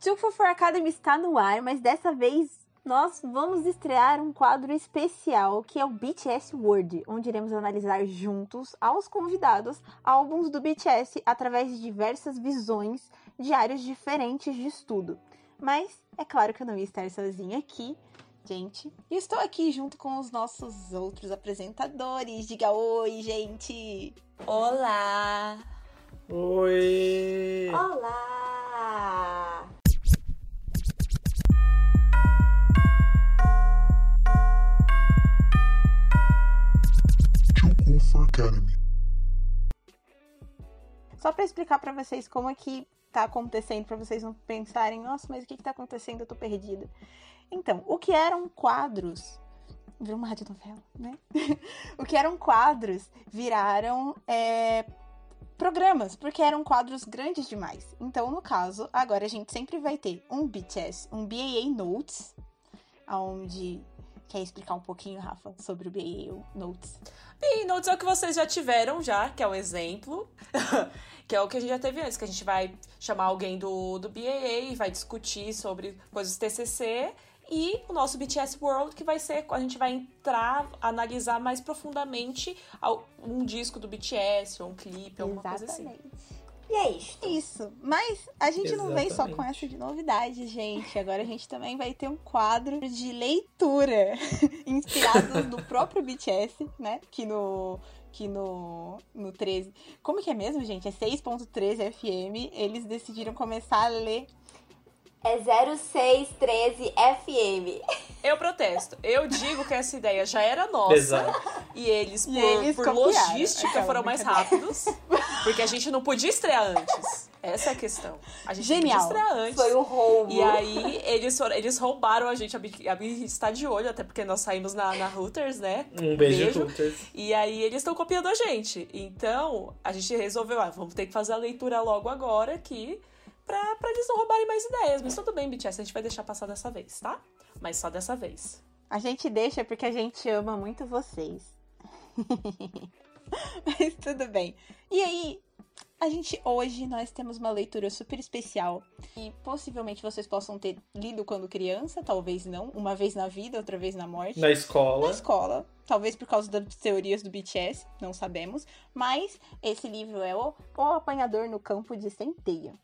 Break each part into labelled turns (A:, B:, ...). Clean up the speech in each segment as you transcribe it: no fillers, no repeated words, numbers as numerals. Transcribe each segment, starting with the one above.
A: 244 Academy está no ar, mas dessa vez nós vamos estrear um quadro especial que é o BTS World, onde iremos analisar juntos, aos convidados, álbuns do BTS através de diversas visões de áreas diferentes de estudo. Mas é claro que eu não ia estar sozinha aqui, gente. E estou aqui junto com os nossos outros apresentadores. Diga oi, gente!
B: Olá!
C: Oi!
A: Olá!
D: Academy.
A: Só para explicar para vocês como é que tá acontecendo, para vocês não pensarem, nossa, mas o que tá acontecendo? Eu tô perdida. Então, o que eram quadros, virou uma radionovela, né? O que eram quadros viraram programas, porque eram quadros grandes demais. Então, no caso, agora a gente sempre vai ter um BTS, um BAA Notes, onde... Quer explicar um pouquinho, Rafa, sobre o BAA Notes?
B: BAA Notes é o que vocês já tiveram, que é um exemplo, que é o que a gente já teve antes, que a gente vai chamar alguém do BAA e vai discutir sobre coisas do TCC, e o nosso BTS World, que vai ser, a gente vai entrar, analisar mais profundamente um disco do BTS, ou um clipe, alguma coisa assim.
A: E é isso. Mas a gente não vem só com essa de novidade, gente. Agora a gente também vai ter um quadro de leitura inspirado no próprio BTS, né? Que no 13. Como que é mesmo, gente? É 6.13 FM. Eles decidiram começar a ler.
E: É 0613 FM.
B: Eu protesto. Eu digo que essa ideia já era nossa.
C: Exato.
B: E eles, por
A: copiaram,
B: logística, foram mais rápidos. Porque a gente não podia estrear antes. Essa é a questão. A gente
A: Genial.
B: não podia estrear antes.
E: Foi um roubo.
B: E aí, eles roubaram a gente. A Bi está de olho, até porque nós saímos na Hooters, né?
C: Um beijo, Hooters.
B: E aí, eles estão copiando a gente. Então, a gente resolveu, vamos ter que fazer a leitura logo agora aqui. Pra eles não roubarem mais ideias. Mas tudo bem, BTS, a gente vai deixar passar dessa vez, tá? Mas só dessa vez.
A: A gente deixa porque a gente ama muito vocês. Mas tudo bem. E aí, hoje nós temos uma leitura super especial. E possivelmente vocês possam ter lido quando criança, talvez não. Uma vez na vida, outra vez na morte.
C: Na escola.
A: Na escola. Talvez por causa das teorias do BTS, não sabemos. Mas esse livro é O Apanhador no Campo de Centeia.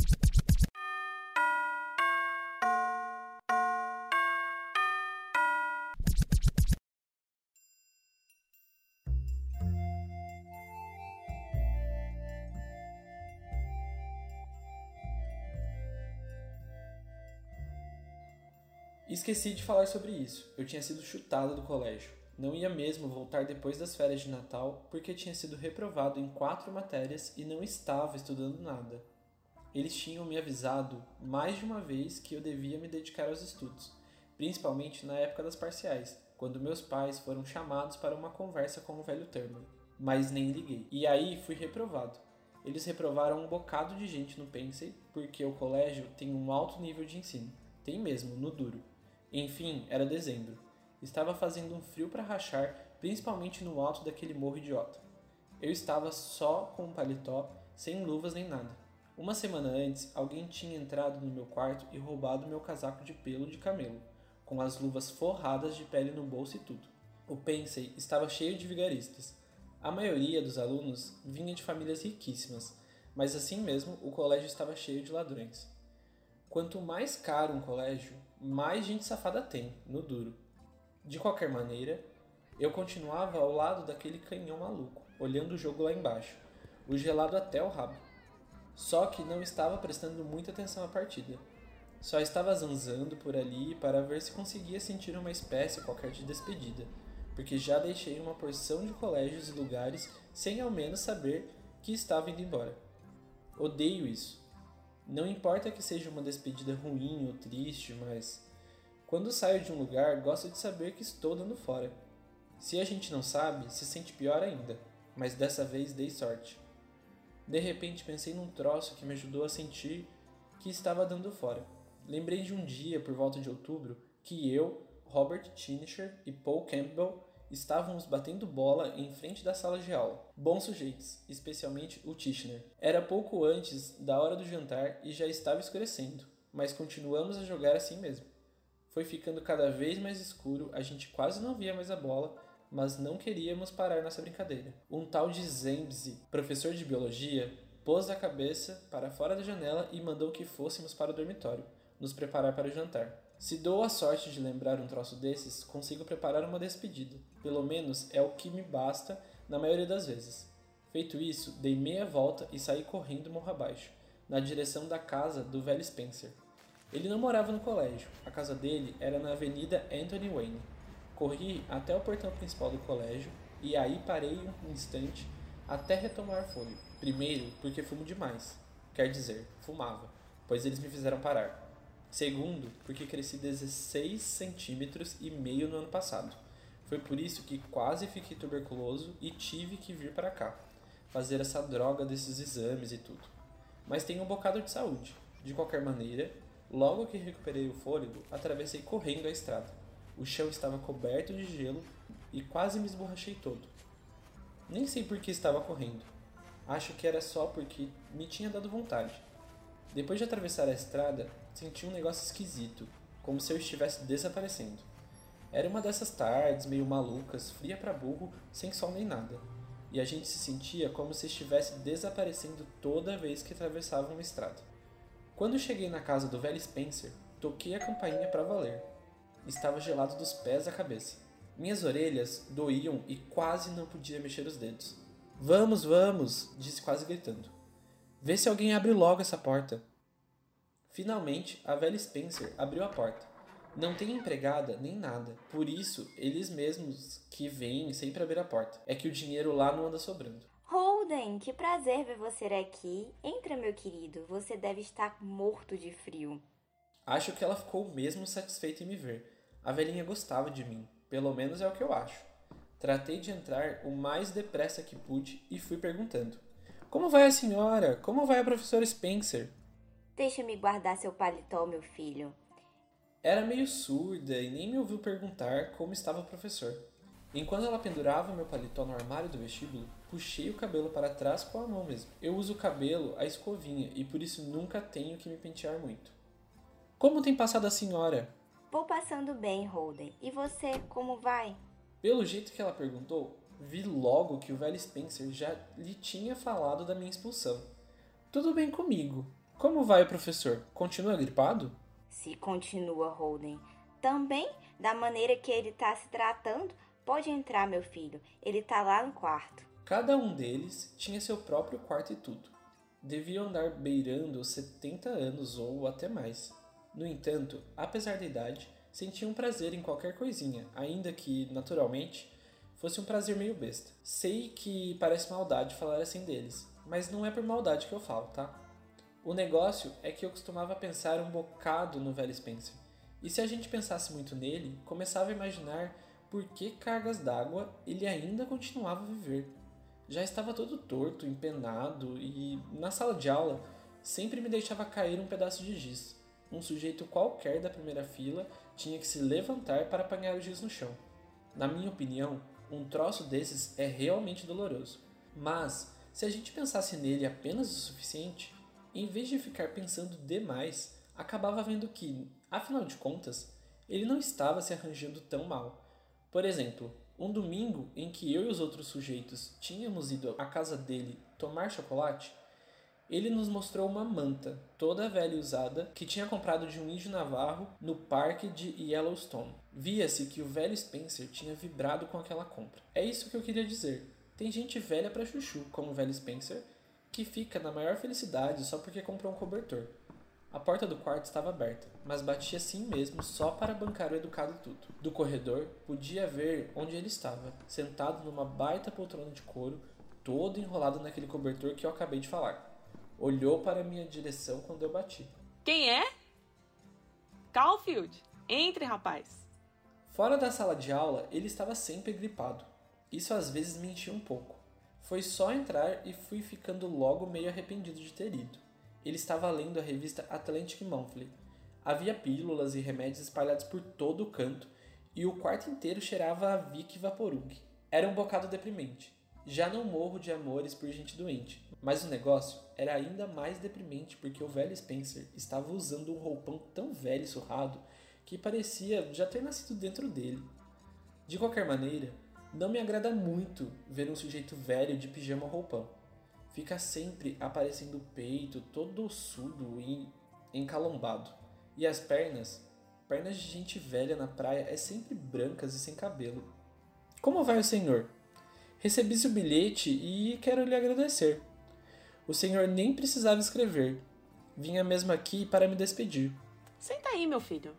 C: Esqueci de falar sobre isso. Eu tinha sido chutado do colégio. Não ia mesmo voltar depois das férias de Natal porque tinha sido reprovado em 4 matérias e não estava estudando nada. Eles tinham me avisado mais de uma vez que eu devia me dedicar aos estudos, principalmente na época das parciais, quando meus pais foram chamados para uma conversa com o velho Thurman. Mas nem liguei. E aí fui reprovado. Eles reprovaram um bocado de gente no Pensey porque o colégio tem um alto nível de ensino. Tem mesmo, no duro. Enfim, era dezembro. Estava fazendo um frio para rachar, principalmente no alto daquele morro idiota. Eu estava só com um paletó, sem luvas nem nada. Uma semana antes, alguém tinha entrado no meu quarto e roubado meu casaco de pelo de camelo, com as luvas forradas de pele no bolso e tudo. O Pensey estava cheio de vigaristas. A maioria dos alunos vinha de famílias riquíssimas, mas assim mesmo o colégio estava cheio de ladrões. Quanto mais caro um colégio, mais gente safada tem, no duro. De qualquer maneira, eu continuava ao lado daquele canhão maluco, olhando o jogo lá embaixo, o gelado até o rabo. Só que não estava prestando muita atenção à partida. Só estava zanzando por ali para ver se conseguia sentir uma espécie qualquer de despedida, porque já deixei uma porção de colégios e lugares sem ao menos saber que estava indo embora. Odeio isso. Não importa que seja uma despedida ruim ou triste, mas quando saio de um lugar, gosto de saber que estou dando fora. Se a gente não sabe, se sente pior ainda, mas dessa vez dei sorte. De repente pensei num troço que me ajudou a sentir que estava dando fora. Lembrei de um dia, por volta de outubro, que eu, Robert Tinisher e Paul Campbell estávamos batendo bola em frente da sala de aula. Bons sujeitos, especialmente o Tishner. Era pouco antes da hora do jantar e já estava escurecendo, mas continuamos a jogar assim mesmo. Foi ficando cada vez mais escuro, a gente quase não via mais a bola, mas não queríamos parar nossa brincadeira. Um tal de Zembzi, professor de biologia, pôs a cabeça para fora da janela e mandou que fôssemos para o dormitório, nos preparar para o jantar. Se dou a sorte de lembrar um troço desses, consigo preparar uma despedida. Pelo menos é o que me basta na maioria das vezes. Feito isso, dei meia volta e saí correndo morro abaixo, na direção da casa do velho Spencer. Ele não morava no colégio, a casa dele era na Avenida Anthony Wayne. Corri até o portão principal do colégio e aí parei um instante até retomar fôlego. Primeiro, porque fumo demais, quer dizer, fumava, pois eles me fizeram parar. Segundo, porque cresci 16 centímetros e meio no ano passado. Foi por isso que quase fiquei tuberculoso e tive que vir para cá, fazer essa droga desses exames e tudo. Mas tenho um bocado de saúde. De qualquer maneira, logo que recuperei o fôlego, atravessei correndo a estrada. O chão estava coberto de gelo e quase me esborrachei todo. Nem sei por que estava correndo. Acho que era só porque me tinha dado vontade. Depois de atravessar a estrada, senti um negócio esquisito, como se eu estivesse desaparecendo. Era uma dessas tardes meio malucas, fria pra burro, sem sol nem nada. E a gente se sentia como se estivesse desaparecendo toda vez que atravessava uma estrada. Quando cheguei na casa do velho Spencer, toquei a campainha pra valer. Estava gelado dos pés à cabeça. Minhas orelhas doíam e quase não podia mexer os dedos. Vamos, vamos, disse quase gritando. Vê se alguém abre logo essa porta. Finalmente, a velha Spencer abriu a porta. Não tem empregada nem nada, por isso eles mesmos que vêm sempre abrir a porta. É que o dinheiro lá não anda sobrando.
E: Holden, que prazer ver você aqui. Entra, meu querido, você deve estar morto de frio.
C: Acho que ela ficou mesmo satisfeita em me ver. A velhinha gostava de mim, pelo menos é o que eu acho. Tratei de entrar o mais depressa que pude e fui perguntando. Como vai a senhora? Como vai a professora Spencer?
E: Deixa-me guardar seu paletó, meu filho.
C: Era meio surda e nem me ouviu perguntar como estava o professor. Enquanto ela pendurava meu paletó no armário do vestíbulo, puxei o cabelo para trás com a mão mesmo. Eu uso o cabelo à escovinha e por isso nunca tenho que me pentear muito. Como tem passado a senhora?
E: Vou passando bem, Holden. E você, como vai?
C: Pelo jeito que ela perguntou, vi logo que o velho Spencer já lhe tinha falado da minha expulsão. Tudo bem comigo. Como vai o professor? Continua gripado?
E: Se continua, Holden. Também, da maneira que ele está se tratando, pode entrar, meu filho. Ele está lá no quarto.
C: Cada um deles tinha seu próprio quarto e tudo. Deviam andar beirando os 70 anos ou até mais. No entanto, apesar da idade, sentiam prazer em qualquer coisinha, ainda que, naturalmente, fosse um prazer meio besta. Sei que parece maldade falar assim deles, mas não é por maldade que eu falo, tá? O negócio é que eu costumava pensar um bocado no velho Spencer. E se a gente pensasse muito nele, começava a imaginar por que cargas d'água ele ainda continuava a viver. Já estava todo torto, empenado e, na sala de aula, sempre me deixava cair um pedaço de giz. Um sujeito qualquer da primeira fila tinha que se levantar para apanhar o giz no chão. Na minha opinião, um troço desses é realmente doloroso. Mas, se a gente pensasse nele apenas o suficiente, em vez de ficar pensando demais, acabava vendo que, afinal de contas, ele não estava se arranjando tão mal. Por exemplo, um domingo em que eu e os outros sujeitos tínhamos ido à casa dele tomar chocolate, ele nos mostrou uma manta, toda velha e usada, que tinha comprado de um índio navarro no parque de Yellowstone. Via-se que o velho Spencer tinha vibrado com aquela compra. É isso que eu queria dizer. Tem gente velha pra chuchu, como o velho Spencer, que fica na maior felicidade só porque comprou um cobertor. A porta do quarto estava aberta, mas batia assim mesmo só para bancar o educado tudo. Do corredor, podia ver onde ele estava, sentado numa baita poltrona de couro, todo enrolado naquele cobertor que eu acabei de falar. Olhou para minha direção quando eu bati.
B: Quem é? Caulfield, entre, rapaz.
C: Fora da sala de aula, ele estava sempre gripado. Isso às vezes me enchia um pouco. Foi só entrar e fui ficando logo meio arrependido de ter ido. Ele estava lendo a revista Atlantic Monthly. Havia pílulas e remédios espalhados por todo o canto e o quarto inteiro cheirava a Vick Vaporub. Era um bocado deprimente. Já não morro de amores por gente doente, mas o negócio era ainda mais deprimente porque o velho Spencer estava usando um roupão tão velho e surrado que parecia já ter nascido dentro dele. De qualquer maneira, não me agrada muito ver um sujeito velho de pijama ou roupão. Fica sempre aparecendo o peito todo ossudo e encalombado. E as pernas de gente velha na praia é sempre brancas e sem cabelo. Como vai o senhor? Recebi seu bilhete e quero lhe agradecer. O senhor nem precisava escrever. Vinha mesmo aqui para me despedir.
B: Senta aí, meu filho.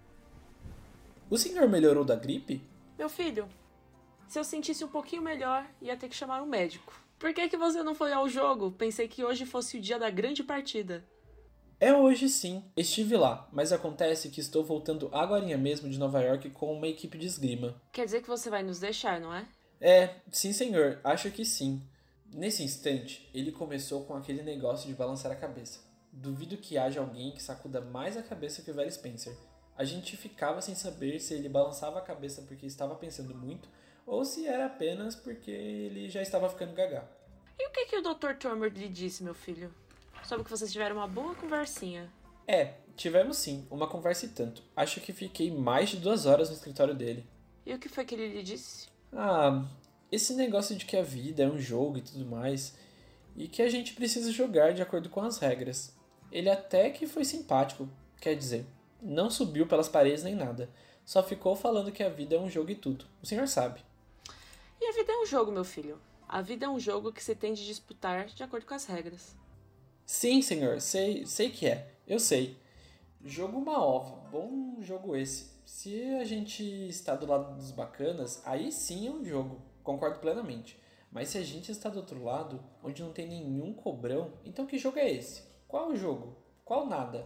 C: O senhor melhorou da gripe?
B: Meu filho, se eu sentisse um pouquinho melhor, ia ter que chamar um médico. Por que você não foi ao jogo? Pensei que hoje fosse o dia da grande partida.
C: É hoje sim. Estive lá, mas acontece que estou voltando agorinha mesmo de Nova York com uma equipe de esgrima.
B: Quer dizer que você vai nos deixar, não é?
C: Sim senhor, acho que sim. Nesse instante, ele começou com aquele negócio de balançar a cabeça. Duvido que haja alguém que sacuda mais a cabeça que o velho Spencer. A gente ficava sem saber se ele balançava a cabeça porque estava pensando muito ou se era apenas porque ele já estava ficando gaga.
B: E o que o Dr. Turner lhe disse, meu filho? Soube que vocês tiveram uma boa conversinha.
C: Tivemos sim, uma conversa e tanto. Acho que fiquei mais de 2 horas no escritório dele.
B: E o que foi que ele lhe disse?
C: Esse negócio de que a vida é um jogo e tudo mais, e que a gente precisa jogar de acordo com as regras. Ele até que foi simpático, quer dizer, não subiu pelas paredes nem nada, só ficou falando que a vida é um jogo e tudo. O senhor sabe.
B: E a vida é um jogo, meu filho. A vida é um jogo que você tem de disputar de acordo com as regras.
C: Sim, senhor, sei que é. Eu sei. Jogo uma ova, bom jogo esse. Se a gente está do lado dos bacanas, aí sim é um jogo. Concordo plenamente. Mas se a gente está do outro lado, onde não tem nenhum cobrão, então que jogo é esse? Qual o jogo? Qual nada?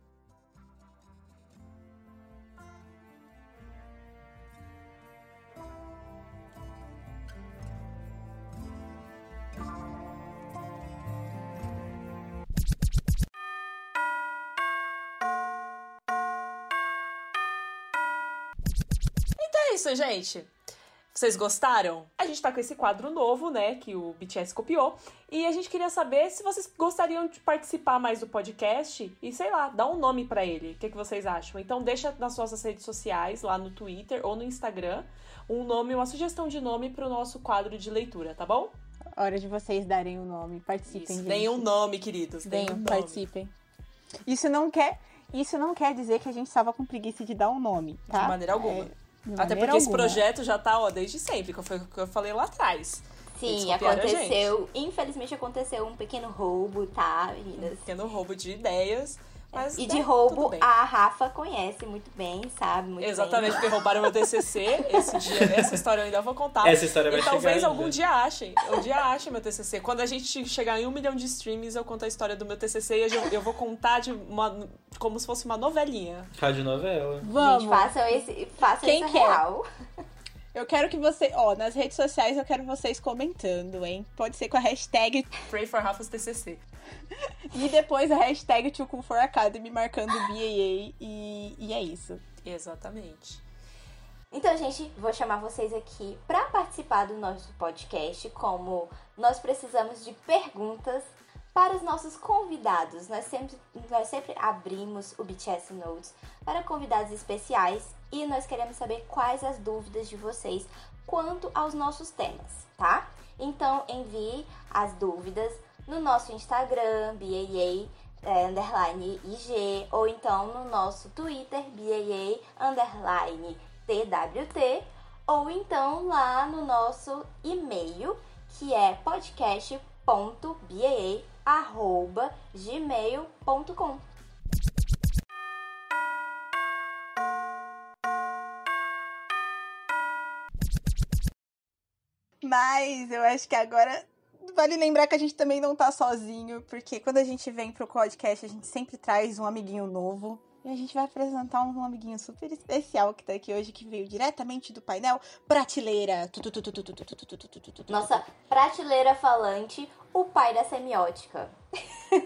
B: É isso, gente. Vocês gostaram? A gente tá com esse quadro novo, né, que o BTS copiou, e a gente queria saber se vocês gostariam de participar mais do podcast e, sei lá, dar um nome pra ele. O que vocês acham? Então deixa nas nossas redes sociais, lá no Twitter ou no Instagram, um nome, uma sugestão de nome pro nosso quadro de leitura, tá bom?
A: Hora de vocês darem o nome. Participem,
B: Isso,
A: gente.
B: deem um nome, queridos. Deem um nome.
A: Participem. Isso não quer dizer que a gente estava com preguiça de dar um nome, tá?
B: De maneira alguma. Até porque
A: alguma.
B: esse projeto já tá, desde sempre, que foi o que eu falei lá atrás.
E: Sim, aconteceu. Infelizmente aconteceu um pequeno roubo, tá, meninas?
B: Um pequeno roubo de ideias. Mas,
E: e de roubo, a Rafa conhece muito bem, sabe? Muito
B: Exatamente,
E: bem.
B: porque roubaram meu TCC esse dia. Essa história eu ainda vou contar.
C: Essa história vai
B: e
C: chegar
B: talvez
C: ainda.
B: algum dia achem. Um dia achem meu TCC. Quando a gente chegar em 1 milhão de streams, eu conto a história do meu TCC e eu vou contar como se fosse uma novelinha.
C: Rádio novela.
A: Vamos.
E: Gente, façam
A: Quem
E: isso
A: quer?
E: real.
A: Eu quero que você... nas redes sociais eu quero vocês comentando, hein? Pode ser com a hashtag...
B: Pray for Rafa's TCC.
A: E depois a hashtag To Cool for Academy marcando BAA e é isso.
B: Exatamente.
E: Então, gente, vou chamar vocês aqui para participar do nosso podcast, como nós precisamos de perguntas para os nossos convidados. Nós sempre abrimos o BTS Notes para convidados especiais e nós queremos saber quais as dúvidas de vocês quanto aos nossos temas, tá? Então, envie as dúvidas no nosso Instagram, BAA_IG, ou então no nosso Twitter, BAA_TWT, ou então lá no nosso e-mail, que é podcast.baa@gmail.com.
A: Mas eu acho que agora vale lembrar que a gente também não tá sozinho, porque quando a gente vem pro podcast, a gente sempre traz um amiguinho novo. E a gente vai apresentar um amiguinho super especial que tá aqui hoje, que veio diretamente do painel Prateleira.
E: Nossa prateleira falante, o pai da semiótica.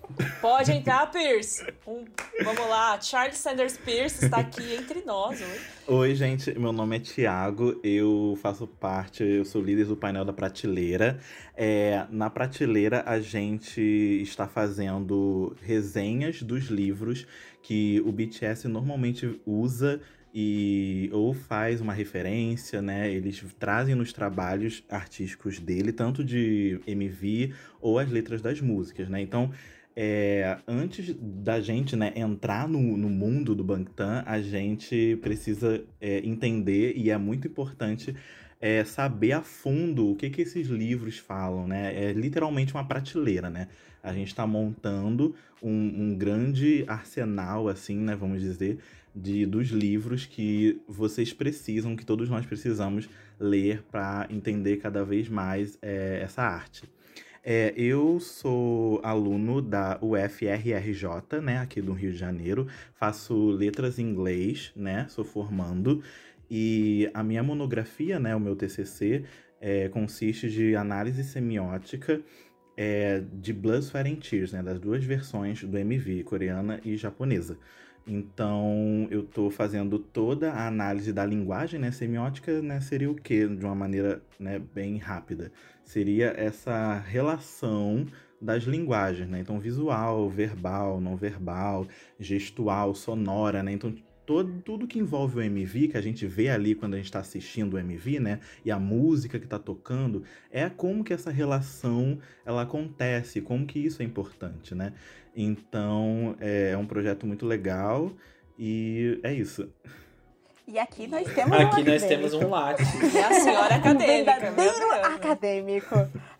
B: Pode entrar, Pierce. Vamos lá, Charles Sanders Pierce está aqui entre nós hoje.
D: Oi, gente, meu nome é Thiago, eu sou líder do painel da Prateleira. Na Prateleira, a gente está fazendo resenhas dos livros que o BTS normalmente usa ou faz uma referência, né? Eles trazem nos trabalhos artísticos dele, tanto de MV ou as letras das músicas, né? Então, antes da gente, né, entrar no mundo do Bangtan, a gente precisa entender, e é muito importante saber a fundo o que esses livros falam, né? É literalmente uma prateleira, né? A gente está montando um grande arsenal, assim, né, vamos dizer, dos livros que vocês precisam, que todos nós precisamos ler para entender cada vez mais essa arte. Eu sou aluno da UFRRJ, né, aqui do Rio de Janeiro. Faço letras em inglês, né, sou formando. E a minha monografia, né, o meu TCC, consiste de análise semiótica de Blood, Sweat and Tears, né, das duas versões do MV, coreana e japonesa. Então, eu estou fazendo toda a análise da linguagem, né? Semiótica, né, seria o quê? De uma maneira, né, bem rápida. Seria essa relação das linguagens, né? Então, visual, verbal, não verbal, gestual, sonora, né? Então, tudo que envolve o MV, que a gente vê ali quando a gente está assistindo o MV, né? E a música que está tocando, é como que essa relação ela acontece, como que isso é importante, né? Então, é um projeto muito legal e é isso.
A: E aqui nós temos
C: Aqui nós temos um latte.
B: É a senhora acadêmica.
A: Um verdadeiro acadêmico.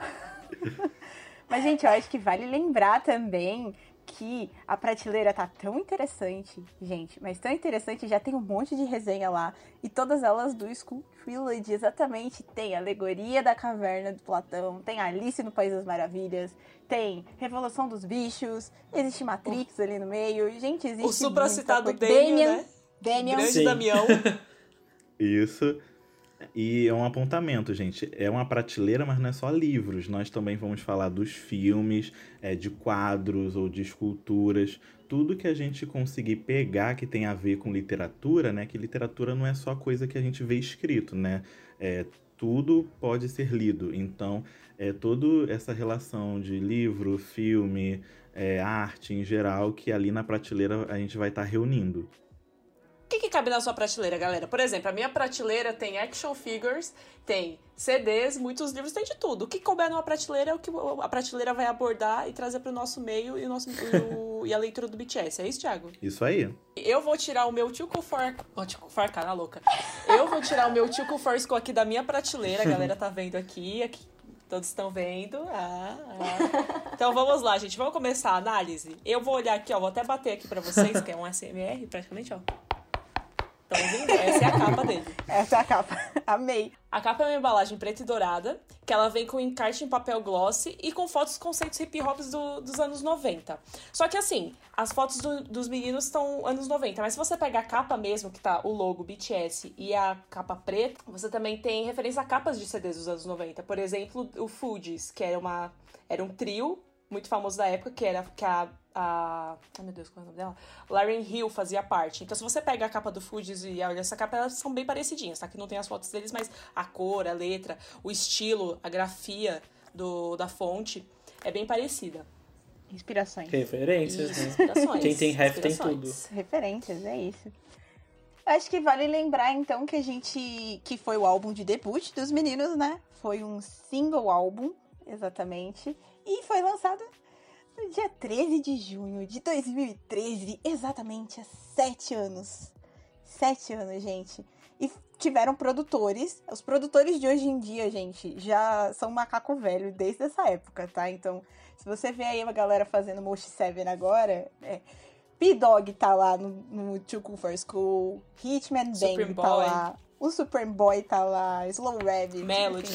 A: Mas, gente, eu acho que vale lembrar também que a prateleira tá tão interessante, gente, mas tão interessante, já tem um monte de resenha lá, e todas elas do School Trilogy, exatamente, tem Alegoria da Caverna de Platão, tem Alice no País das Maravilhas, tem Revolução dos Bichos, existe Matrix ali no meio, gente, existe
B: o supracitado
A: Damien,
B: né? Grande
C: Sim.
B: Damião.
D: Isso. E é um apontamento, gente. É uma prateleira, mas não é só livros. Nós também vamos falar dos filmes, de quadros ou de esculturas. Tudo que a gente conseguir pegar que tem a ver com literatura, né? Que literatura não é só coisa que a gente vê escrito, né? Tudo pode ser lido. Então, toda essa relação de livro, filme, arte em geral, que ali na prateleira a gente vai estar reunindo.
B: O que cabe na sua prateleira, galera? Por exemplo, a minha prateleira tem action figures, tem CDs, muitos livros, tem de tudo. O que couber numa prateleira é o que a prateleira vai abordar e trazer para o nosso meio e a leitura do BTS. É isso, Thiago?
D: Isso aí.
B: Eu vou tirar o meu Tchuku Farka, louca. Eu vou tirar o meu Tchuku Forsco aqui da minha prateleira. A galera tá vendo aqui todos estão vendo. Então vamos lá, gente. Vamos começar a análise. Eu vou olhar aqui, ó. Vou até bater aqui pra vocês, que é um ASMR, praticamente, ó. Estão vendo? Essa é a capa dele.
A: Essa é a capa. Amei.
B: A capa é uma embalagem preta e dourada, que ela vem com encarte em papel gloss e com fotos conceitos hip-hops dos anos 90. Só que assim, as fotos dos meninos estão anos 90, mas se você pegar a capa mesmo, que tá o logo BTS e a capa preta, você também tem referência a capas de CDs dos anos 90. Por exemplo, o Fugees, que era um trio muito famoso da época, que ai meu Deus, qual é o nome dela? Lauryn Hill fazia parte. Então, se você pega a capa do Fugees e olha essa capa, elas são bem parecidinhas, tá? Que não tem as fotos deles, mas a cor, a letra, o estilo, a grafia da fonte é bem parecida.
A: Inspirações.
C: Referências,
B: Isso,
C: né?
B: inspirações.
C: Quem tem ref tem tudo.
A: Referências, é isso. Acho que vale lembrar, então, que foi o álbum de debut dos meninos, né? Foi um single álbum, exatamente. E foi lançado no dia 13 de junho de 2013, exatamente há 7 anos. 7 anos, gente. E tiveram produtores. Os produtores de hoje em dia, gente, já são macaco velho desde essa época, tá? Então, se você vê aí uma galera fazendo Most 7 agora, P-Dog tá lá no Too Cool for School, Hitman Bang tá lá, o Supreme Boy tá lá, Slow Rabbit,
B: Melody.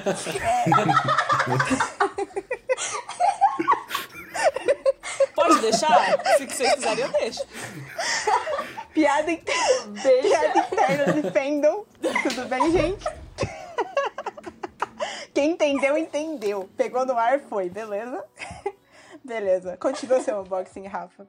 B: Pode deixar? Se vocês quiserem, eu deixo.
A: Piada interna de fandom. Tudo bem, gente? Quem entendeu, entendeu. Pegou no ar, foi, beleza? Beleza, continua seu unboxing, Rafa.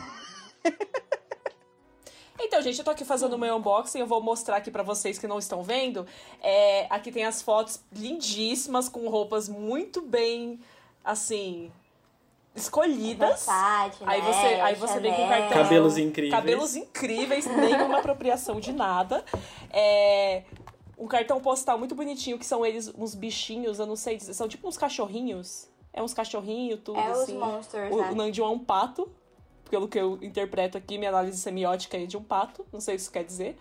B: Então, gente, eu tô aqui fazendo o meu unboxing, eu vou mostrar aqui pra vocês que não estão vendo. Aqui tem as fotos lindíssimas, com roupas muito bem, assim, escolhidas.
E: Versátil,
B: Aí você vem com o cartão. Cabelos incríveis, nenhuma apropriação de nada. Um cartão postal muito bonitinho, que são eles, uns bichinhos, eu não sei dizer, são tipo uns cachorrinhos. Uns cachorrinhos, tudo assim.
E: Os monsters,
B: O Nandion é um pato. Pelo que eu interpreto aqui, minha análise semiótica é de um pato. Não sei o que isso quer dizer.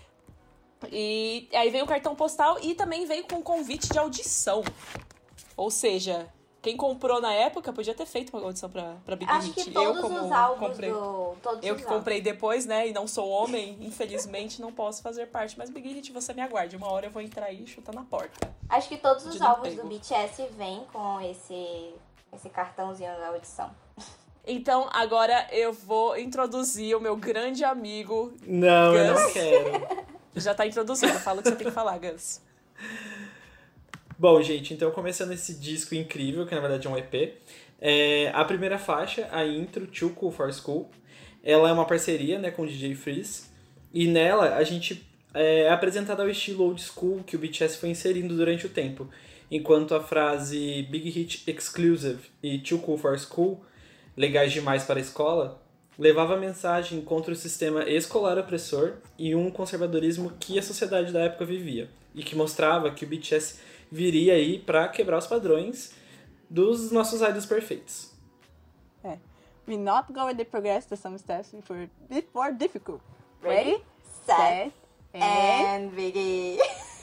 B: E aí veio o cartão postal e também veio com convite de audição. Ou seja, quem comprou na época podia ter feito uma audição pra Big Hit.
E: Acho que todos os álbuns
B: eu que comprei depois, né? E não sou homem, infelizmente não posso fazer parte. Mas Big Hit, você me aguarde. Uma hora eu vou entrar aí e chutar na porta.
E: Acho que todos os álbuns do BTS vêm com esse cartãozinho da audição.
B: Então, agora eu vou introduzir o meu grande amigo
C: Não,
B: Gus.
C: eu não quero.
B: Já tá introduzindo, fala o que você tem que falar, Gus.
C: Bom, gente, então começando esse disco incrível, que na verdade é um EP. A primeira faixa, a intro, Too Cool for School, ela é uma parceria, né, com o DJ Freeze. E nela a gente é apresentado ao estilo old school que o BTS foi inserindo durante o tempo. Enquanto a frase Big Hit Exclusive e Too Cool for School, legais demais para a escola, levava a mensagem contra o sistema escolar opressor e um conservadorismo que a sociedade da época vivia. E que mostrava que o BTS viria aí para quebrar os padrões dos nossos idols perfeitos.
A: We not going to progress to some steps before difficult.
E: Ready, set, and begin.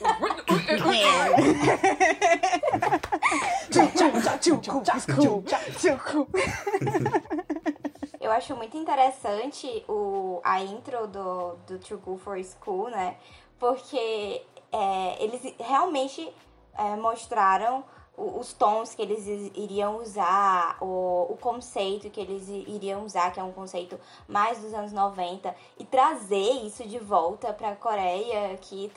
E: Eu acho muito interessante a intro do Too Cool for School, né? Porque eles realmente mostraram os tons que eles iriam usar, o conceito que eles iriam usar, que é um conceito mais dos anos 90, e trazer isso de volta para a Coreia, que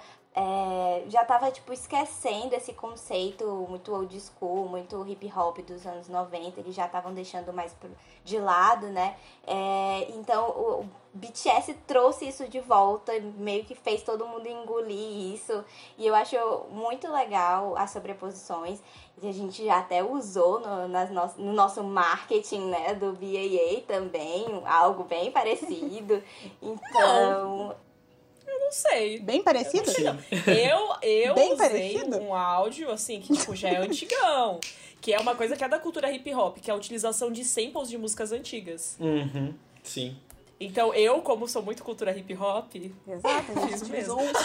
E: já estava tipo, esquecendo esse conceito muito old school, muito hip hop dos anos 90, eles já estavam deixando mais de lado, né? Então o BTS trouxe isso de volta, meio que fez todo mundo engolir isso, e eu acho muito legal as sobreposições, que a gente já até usou no nosso marketing, né, do BAA também, algo bem parecido. Então...
B: Eu não sei.
A: Bem parecido?
B: Eu
A: Bem
B: usei
A: parecido?
B: um áudio, assim, que tipo, já é antigão. Que é uma coisa que é da cultura hip hop, que é a utilização de samples de músicas antigas.
C: Uhum, sim.
B: Então eu, como sou muito cultura hip hop,
A: Exato, a
B: fiz
A: gente
B: mesmo.
A: usou um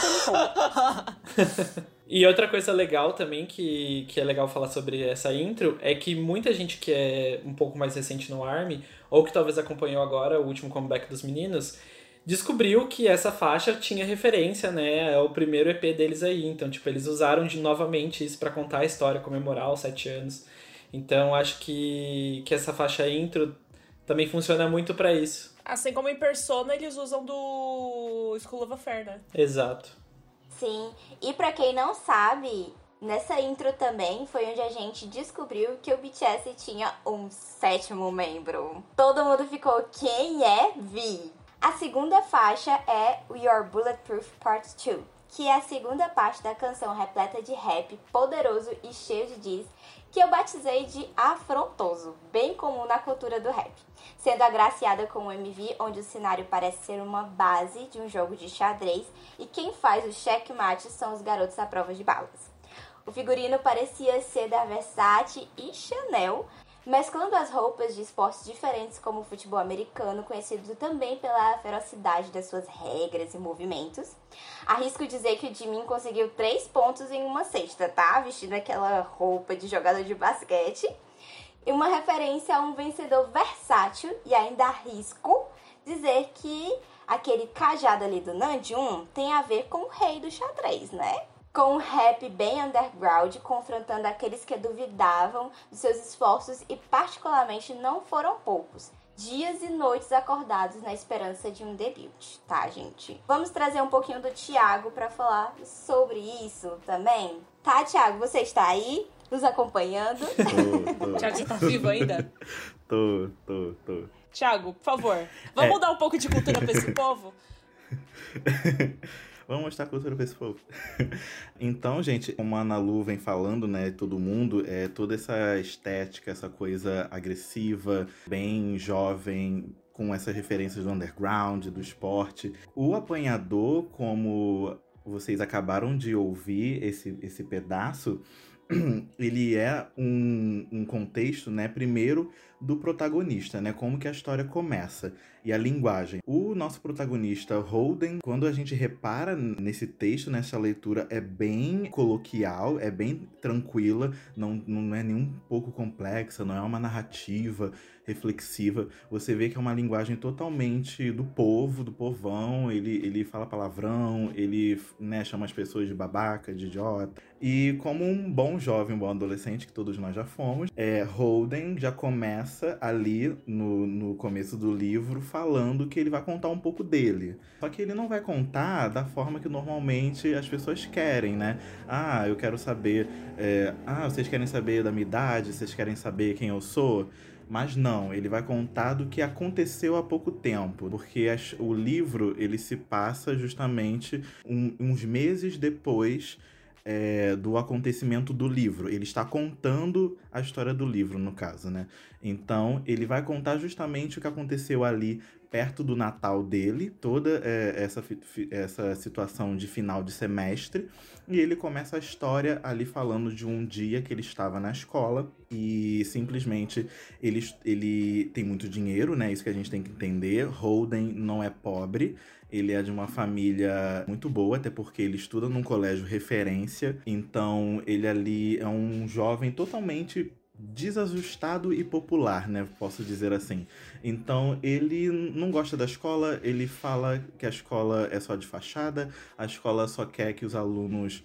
A: sample.
C: E outra coisa legal também, que é legal falar sobre essa intro, é que muita gente que é um pouco mais recente no ARMY, ou que talvez acompanhou agora o último comeback dos meninos, descobriu que essa faixa tinha referência, né, ao primeiro EP deles aí. Então, tipo, eles usaram novamente isso pra contar a história, comemorar os 7 anos. Então, acho que essa faixa intro também funciona muito pra isso.
B: Assim como em Persona, eles usam do School of Affair, né?
C: Exato.
E: Sim, e pra quem não sabe, nessa intro também foi onde a gente descobriu que o BTS tinha um 7º membro. Todo mundo ficou, quem é V? A segunda faixa é Your Bulletproof Part 2, que é a segunda parte da canção repleta de rap, poderoso e cheio de diz, que eu batizei de afrontoso, bem comum na cultura do rap, sendo agraciada com um MV onde o cenário parece ser uma base de um jogo de xadrez e quem faz o checkmate são os garotos à prova de balas. O figurino parecia ser da Versace e Chanel, mesclando as roupas de esportes diferentes como o futebol americano, conhecido também pela ferocidade das suas regras e movimentos. Arrisco dizer que o Jimin conseguiu 3 pontos em uma cesta, tá? Vestindo aquela roupa de jogador de basquete. E uma referência a um vencedor versátil, e ainda arrisco dizer que aquele cajado ali do Namjoon tem a ver com o rei do xadrez, né? Com um rap bem underground, confrontando aqueles que duvidavam dos seus esforços e particularmente não foram poucos. Dias e noites acordados na esperança de um debut, tá, gente? Vamos trazer um pouquinho do Thiago para falar sobre isso também. Tá, Thiago, você está aí? nos acompanhando.
B: Thiago, você tá vivo ainda?
D: Tô.
B: Thiago, por favor, vamos dar um pouco de cultura pra esse povo?
D: Vamos mostrar a cultura pra esse povo. Então, gente, como a Ana Lu vem falando, né, todo mundo, toda essa estética, essa coisa agressiva, bem jovem, com essas referências do underground, do esporte. O Apanhador, como vocês acabaram de ouvir esse pedaço, ele é um contexto, né, primeiro do protagonista, né, como que a história começa e a linguagem. O nosso protagonista, Holden, quando a gente repara nesse texto, nessa leitura, é bem coloquial, é bem tranquila, não é nem um pouco complexa, não é uma narrativa reflexiva. Você vê que é uma linguagem totalmente do povo, do povão, ele fala palavrão, ele, né, chama as pessoas de babaca, de idiota. E como um bom jovem, um bom adolescente, que todos nós já fomos, Holden já começa ali no começo do livro falando que ele vai contar um pouco dele. Só que ele não vai contar da forma que normalmente as pessoas querem, né? Ah, eu quero saber... vocês querem saber da minha idade? Vocês querem saber quem eu sou? Mas não, ele vai contar do que aconteceu há pouco tempo, porque o livro ele se passa justamente uns meses depois do acontecimento do livro. Ele está contando a história do livro, no caso, né? Então, ele vai contar justamente o que aconteceu ali perto do Natal dele, toda essa situação de final de semestre, e ele começa a história ali falando de um dia que ele estava na escola e simplesmente ele tem muito dinheiro, né? Isso que a gente tem que entender. Holden não é pobre, ele é de uma família muito boa, até porque ele estuda num colégio referência, então ele ali é um jovem totalmente desajustado e popular, né? Posso dizer assim. Então, ele não gosta da escola, ele fala que a escola é só de fachada, a escola só quer que os alunos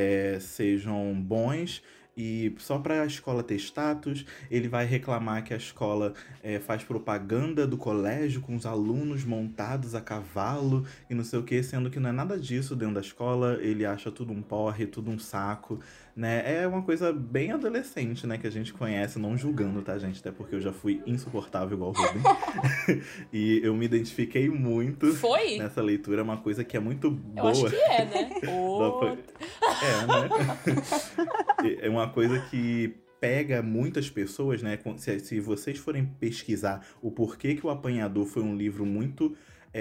D: sejam bons, e só para a escola ter status. Ele vai reclamar que a escola faz propaganda do colégio com os alunos montados a cavalo e não sei o que, sendo que não é nada disso dentro da escola. Ele acha tudo um porre, tudo um saco, né? É uma coisa bem adolescente, né, que a gente conhece, não julgando, tá, gente? Até porque eu já fui insuportável igual o Ruben. E eu me identifiquei muito nessa leitura. É uma coisa que é muito boa.
B: Eu acho que é, né?
D: Né? É uma coisa que pega muitas pessoas, né? Se vocês forem pesquisar o porquê que O Apanhador foi um livro muito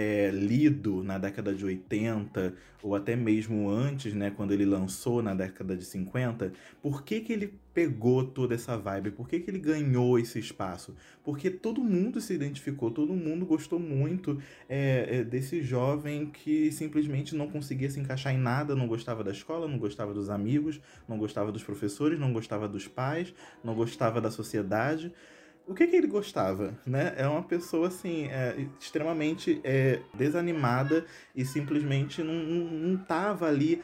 D: lido na década de 80, ou até mesmo antes, né, quando ele lançou na década de 50, por que ele pegou toda essa vibe? Por que ele ganhou esse espaço? Porque todo mundo se identificou, todo mundo gostou muito desse jovem que simplesmente não conseguia se encaixar em nada, não gostava da escola, não gostava dos amigos, não gostava dos professores, não gostava dos pais, não gostava da sociedade. O que ele gostava, né? É uma pessoa, assim, extremamente desanimada e simplesmente não tava ali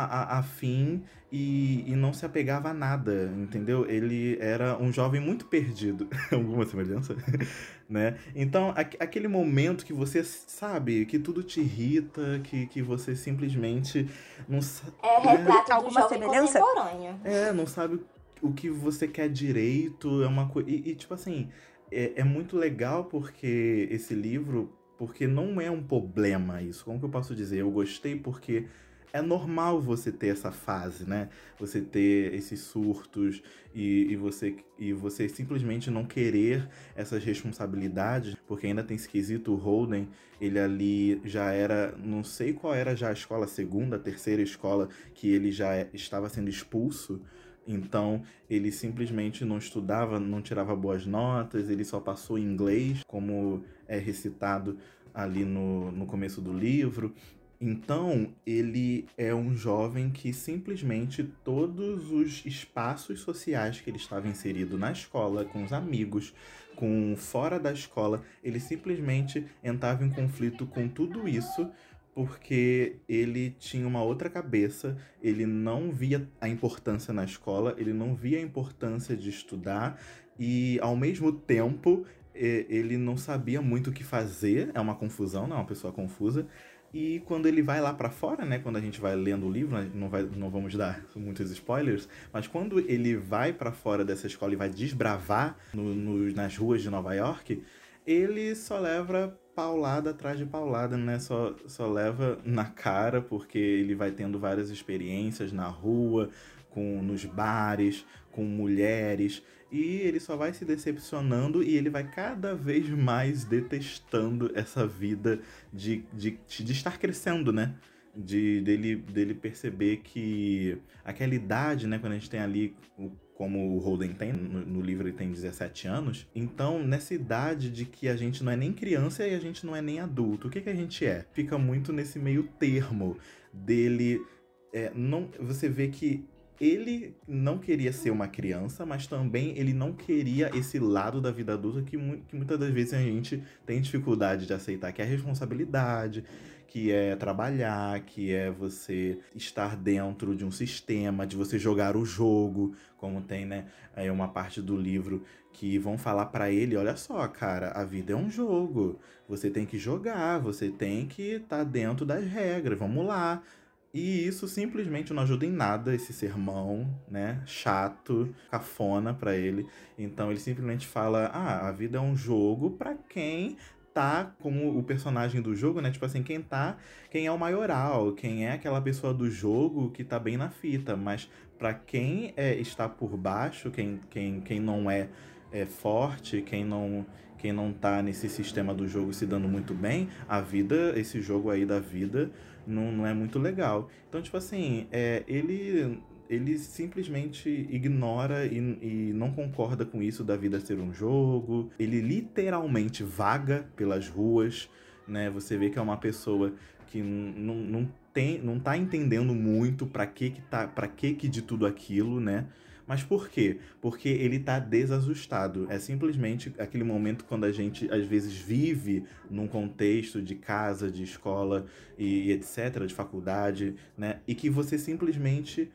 D: afim e não se apegava a nada, entendeu? Ele era um jovem muito perdido. Alguma semelhança? Né? Então, aquele momento que você sabe que tudo te irrita, que você simplesmente não sabe...
E: retrato do jovem contemporâneo.
D: Não sabe o que você quer direito, é uma coisa... E tipo assim, é muito legal porque esse livro... Porque não é um problema isso. Como que eu posso dizer? Eu gostei porque é normal você ter essa fase, né? Você ter esses surtos e você simplesmente não querer essas responsabilidades, porque ainda tem esse quesito. O Holden, ele ali já era... Não sei qual era já a escola, a segunda, a terceira escola que ele já estava sendo expulso. Então, ele simplesmente não estudava, não tirava boas notas, ele só passou em inglês, como é recitado ali no começo do livro. Então, ele é um jovem que simplesmente todos os espaços sociais que ele estava inserido na escola, com os amigos, com fora da escola, ele simplesmente entrava em conflito com tudo isso, porque ele tinha uma outra cabeça, ele não via a importância na escola, ele não via a importância de estudar e, ao mesmo tempo, ele não sabia muito o que fazer. É uma confusão, não é uma pessoa confusa. E quando ele vai lá pra fora, né, quando a gente vai lendo o livro, não vamos dar muitos spoilers, mas quando ele vai pra fora dessa escola e vai desbravar nas ruas de Nova York, ele só leva paulada atrás de paulada, né? Só leva na cara, porque ele vai tendo várias experiências na rua, nos bares, com mulheres, e ele só vai se decepcionando e ele vai cada vez mais detestando essa vida de estar crescendo, né? Dele perceber que aquela idade, né? Quando a gente tem ali, como o Holden tem, no livro ele tem 17 anos. Então, nessa idade de que a gente não é nem criança e a gente não é nem adulto, o que a gente é? Fica muito nesse meio termo dele. Você vê que ele não queria ser uma criança, mas também ele não queria esse lado da vida adulta que muitas das vezes a gente tem dificuldade de aceitar, que é a responsabilidade, que é trabalhar, que é você estar dentro de um sistema, de você jogar o jogo, como tem, né, aí uma parte do livro que vão falar pra ele, olha só, cara, a vida é um jogo, você tem que jogar, você tem que estar dentro das regras, vamos lá. E isso simplesmente não ajuda em nada, esse sermão, né, chato, cafona pra ele. Então ele simplesmente fala, a vida é um jogo pra quem tá como o personagem do jogo, né, tipo assim, quem é o maioral, quem é aquela pessoa do jogo que tá bem na fita. Mas pra quem está por baixo, quem não é forte, quem não tá nesse sistema do jogo se dando muito bem, esse jogo aí da vida não é muito legal. Então, tipo assim, ele simplesmente ignora e não concorda com isso da vida ser um jogo. Ele literalmente vaga pelas ruas, né? Você vê que é uma pessoa que não tá entendendo muito pra que de tudo aquilo, né? Mas por quê? Porque ele tá desajustado. É simplesmente aquele momento quando a gente, às vezes, vive num contexto de casa, de escola e etc., de faculdade, né? E que você simplesmente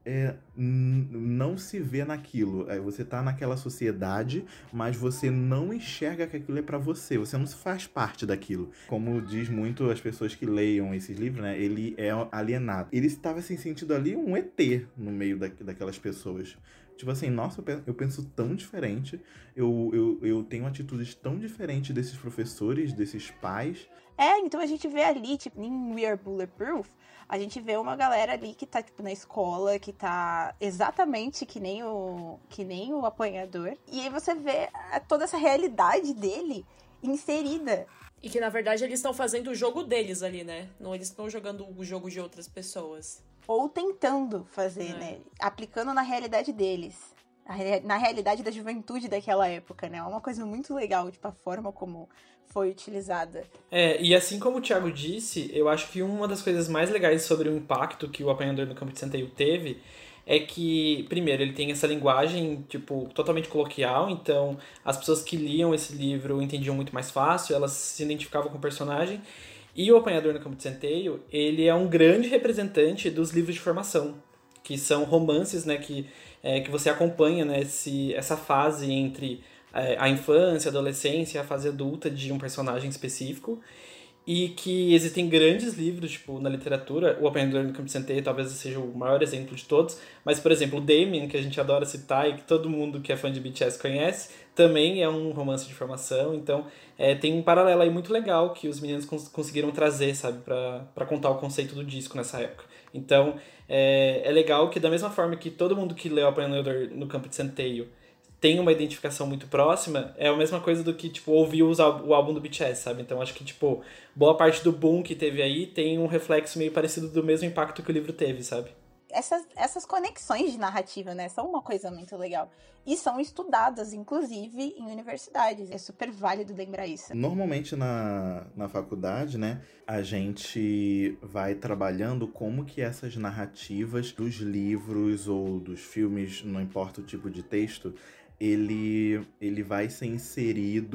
D: não se vê naquilo. Você tá naquela sociedade, mas você não enxerga que aquilo é pra você. Você não faz parte daquilo. Como diz muito as pessoas que leiam esses livros, né? Ele é alienado. Ele estava se sentindo ali um ET no meio daquelas pessoas. Tipo assim, nossa, eu penso tão diferente. Eu tenho atitudes tão diferentes desses professores, desses pais.
A: Então a gente vê ali, tipo, em We Are Bulletproof, a gente vê uma galera ali que tá, tipo, na escola, que tá exatamente que nem o apanhador. E aí você vê toda essa realidade dele inserida.
B: E que, na verdade, eles estão fazendo o jogo deles ali, né? Não, eles estão jogando o jogo de outras pessoas.
A: Ou tentando fazer, né? Aplicando na realidade deles. Na realidade da juventude daquela época, né? É uma coisa muito legal, tipo, a forma como foi utilizada.
C: E assim como o Thiago disse, eu acho que uma das coisas mais legais sobre o impacto que o Apanhador no Campo de Centeio teve é que, primeiro, ele tem essa linguagem, tipo, totalmente coloquial, então as pessoas que liam esse livro entendiam muito mais fácil, elas se identificavam com o personagem. E o Apanhador no Campo de Centeio, ele é um grande representante dos livros de formação, que são romances, né, que você acompanha, né, essa fase entre a infância, a adolescência e a fase adulta de um personagem específico. E que existem grandes livros, tipo, na literatura. O Apanhador no Campo de Centeio talvez seja o maior exemplo de todos. Mas, por exemplo, o Damien, que a gente adora citar e que todo mundo que é fã de BTS conhece, também é um romance de formação. Então, tem um paralelo aí muito legal que os meninos conseguiram trazer, sabe? Pra contar o conceito do disco nessa época. Então, é legal que da mesma forma que todo mundo que lê o Apanhador no Campo de Centeio tem uma identificação muito próxima, é a mesma coisa do que, tipo, ouvir o álbum do BTS, sabe? Então, acho que, tipo, boa parte do boom que teve aí tem um reflexo meio parecido do mesmo impacto que o livro teve, sabe?
A: Essas conexões de narrativa, né, são uma coisa muito legal. E são estudadas, inclusive, em universidades. É super válido lembrar isso.
D: Normalmente na faculdade, né, a gente vai trabalhando como que essas narrativas dos livros ou dos filmes, não importa o tipo de texto, ele vai ser inserido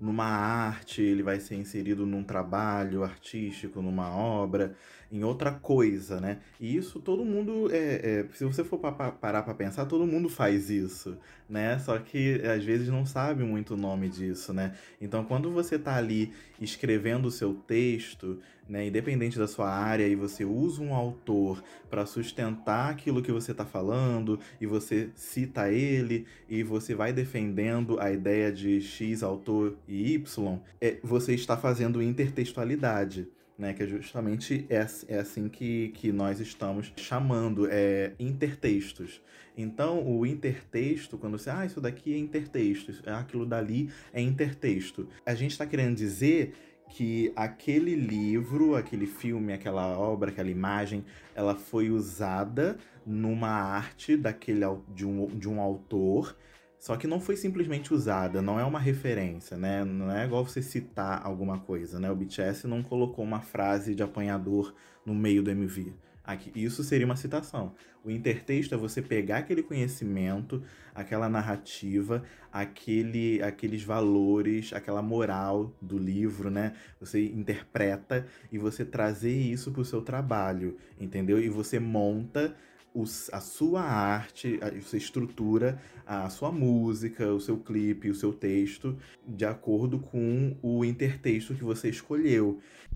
D: numa arte, ele vai ser inserido num trabalho artístico, numa obra, em outra coisa, né? E isso todo mundo, se você for parar pra pensar, todo mundo faz isso, né? Só que às vezes não sabe muito o nome disso, né? Então quando você tá ali escrevendo o seu texto, né, independente da sua área, e você usa um autor para sustentar aquilo que você está falando, e você cita ele, e você vai defendendo a ideia de X autor e Y, você está fazendo intertextualidade. Né, que é justamente assim que nós estamos chamando, intertextos. Então, o intertexto, quando você, isso daqui é intertexto, aquilo dali é intertexto. A gente está querendo dizer que aquele livro, aquele filme, aquela obra, aquela imagem, ela foi usada numa arte de um autor, só que não foi simplesmente usada, não é uma referência, né? Não é igual você citar alguma coisa, né? O BTS não colocou uma frase de apanhador no meio do MV. Isso seria uma citação. O intertexto é você pegar aquele conhecimento, aquela narrativa, aqueles valores, aquela moral do livro, né? Você interpreta e você trazer isso para o seu trabalho, entendeu? E você monta a sua arte, você estrutura a sua música, o seu clipe, o seu texto, de acordo com o intertexto que você escolheu.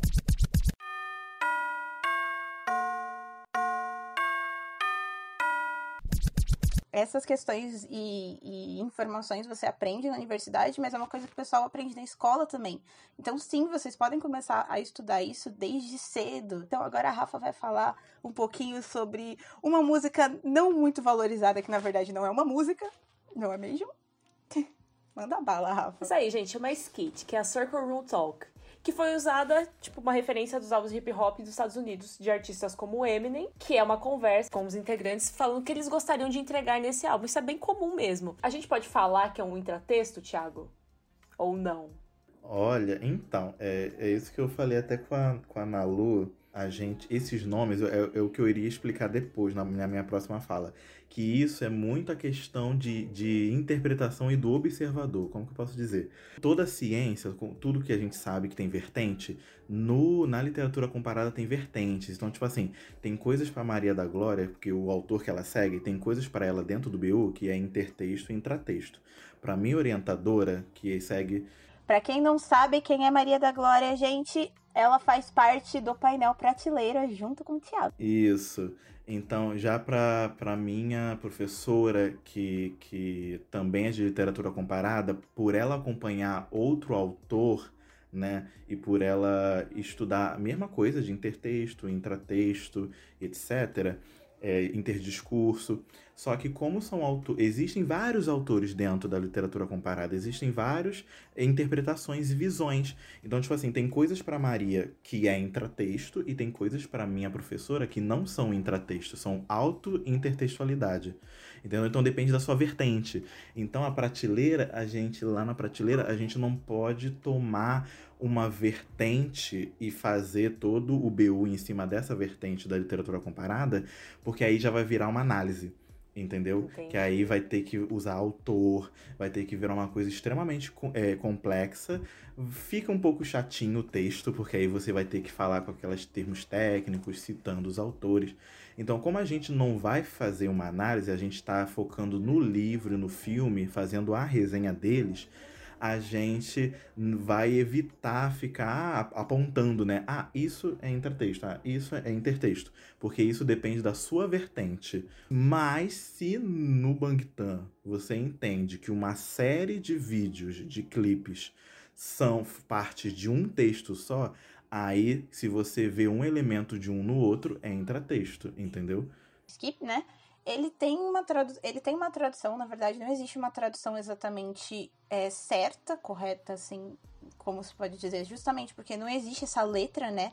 A: Essas questões e informações você aprende na universidade, mas é uma coisa que o pessoal aprende na escola também. Então, sim, vocês podem começar a estudar isso desde cedo. Então, agora a Rafa vai falar um pouquinho sobre uma música não muito valorizada, que na verdade não é uma música, não é mesmo? Manda bala, Rafa.
B: Isso aí, gente, é uma skit, que é a Circle Room Talk, que foi usada, tipo, uma referência dos álbuns hip hop dos Estados Unidos, de artistas como Eminem, que é uma conversa com os integrantes falando o que eles gostariam de entregar nesse álbum. Isso é bem comum mesmo. A gente pode falar que é um intratexto, Thiago? Ou não?
D: Olha, então, é isso que eu falei até com a Malu. Esses nomes é o que eu iria explicar depois, na minha próxima fala. Que isso é muito a questão de interpretação e do observador. Como que eu posso dizer? Toda ciência, tudo que a gente sabe que tem vertente, na literatura comparada tem vertentes. Então, tipo assim, tem coisas para Maria da Glória, porque o autor que ela segue, tem coisas para ela dentro do BU que é intertexto e intratexto. Para minha orientadora, que segue...
A: Pra quem não sabe quem é Maria da Glória, gente, ela faz parte do painel Prateleira junto com o Thiago.
D: Isso. Então, já para minha professora, que também é de literatura comparada, por ela acompanhar outro autor, né, e por ela estudar a mesma coisa de intertexto, intratexto, etc., interdiscurso. Só que como existem vários autores dentro da literatura comparada, existem várias interpretações e visões. Então, tipo assim, tem coisas para Maria que é intratexto e tem coisas para minha professora que não são intratexto, são auto-intertextualidade. Entendeu? Então depende da sua vertente. Então lá na prateleira, a gente não pode tomar uma vertente e fazer todo o BU em cima dessa vertente da literatura comparada, porque aí já vai virar uma análise, entendeu?
B: Entendi.
D: Que aí vai ter que usar autor, vai ter que virar uma coisa extremamente complexa, fica um pouco chatinho o texto, porque aí você vai ter que falar com aqueles termos técnicos, citando os autores. Então, como a gente não vai fazer uma análise, a gente está focando no livro, no filme, fazendo a resenha deles, a gente vai evitar ficar apontando, né? Isso é intratexto, isso é intertexto. Porque isso depende da sua vertente. Mas se no Bangtan você entende que uma série de vídeos, de clipes, são parte de um texto só, aí se você vê um elemento de um no outro, é intratexto, entendeu?
A: Skip, né? Ele tem uma tradução, na verdade, não existe uma tradução exatamente certa, correta, assim, como se pode dizer, justamente porque não existe essa letra, né?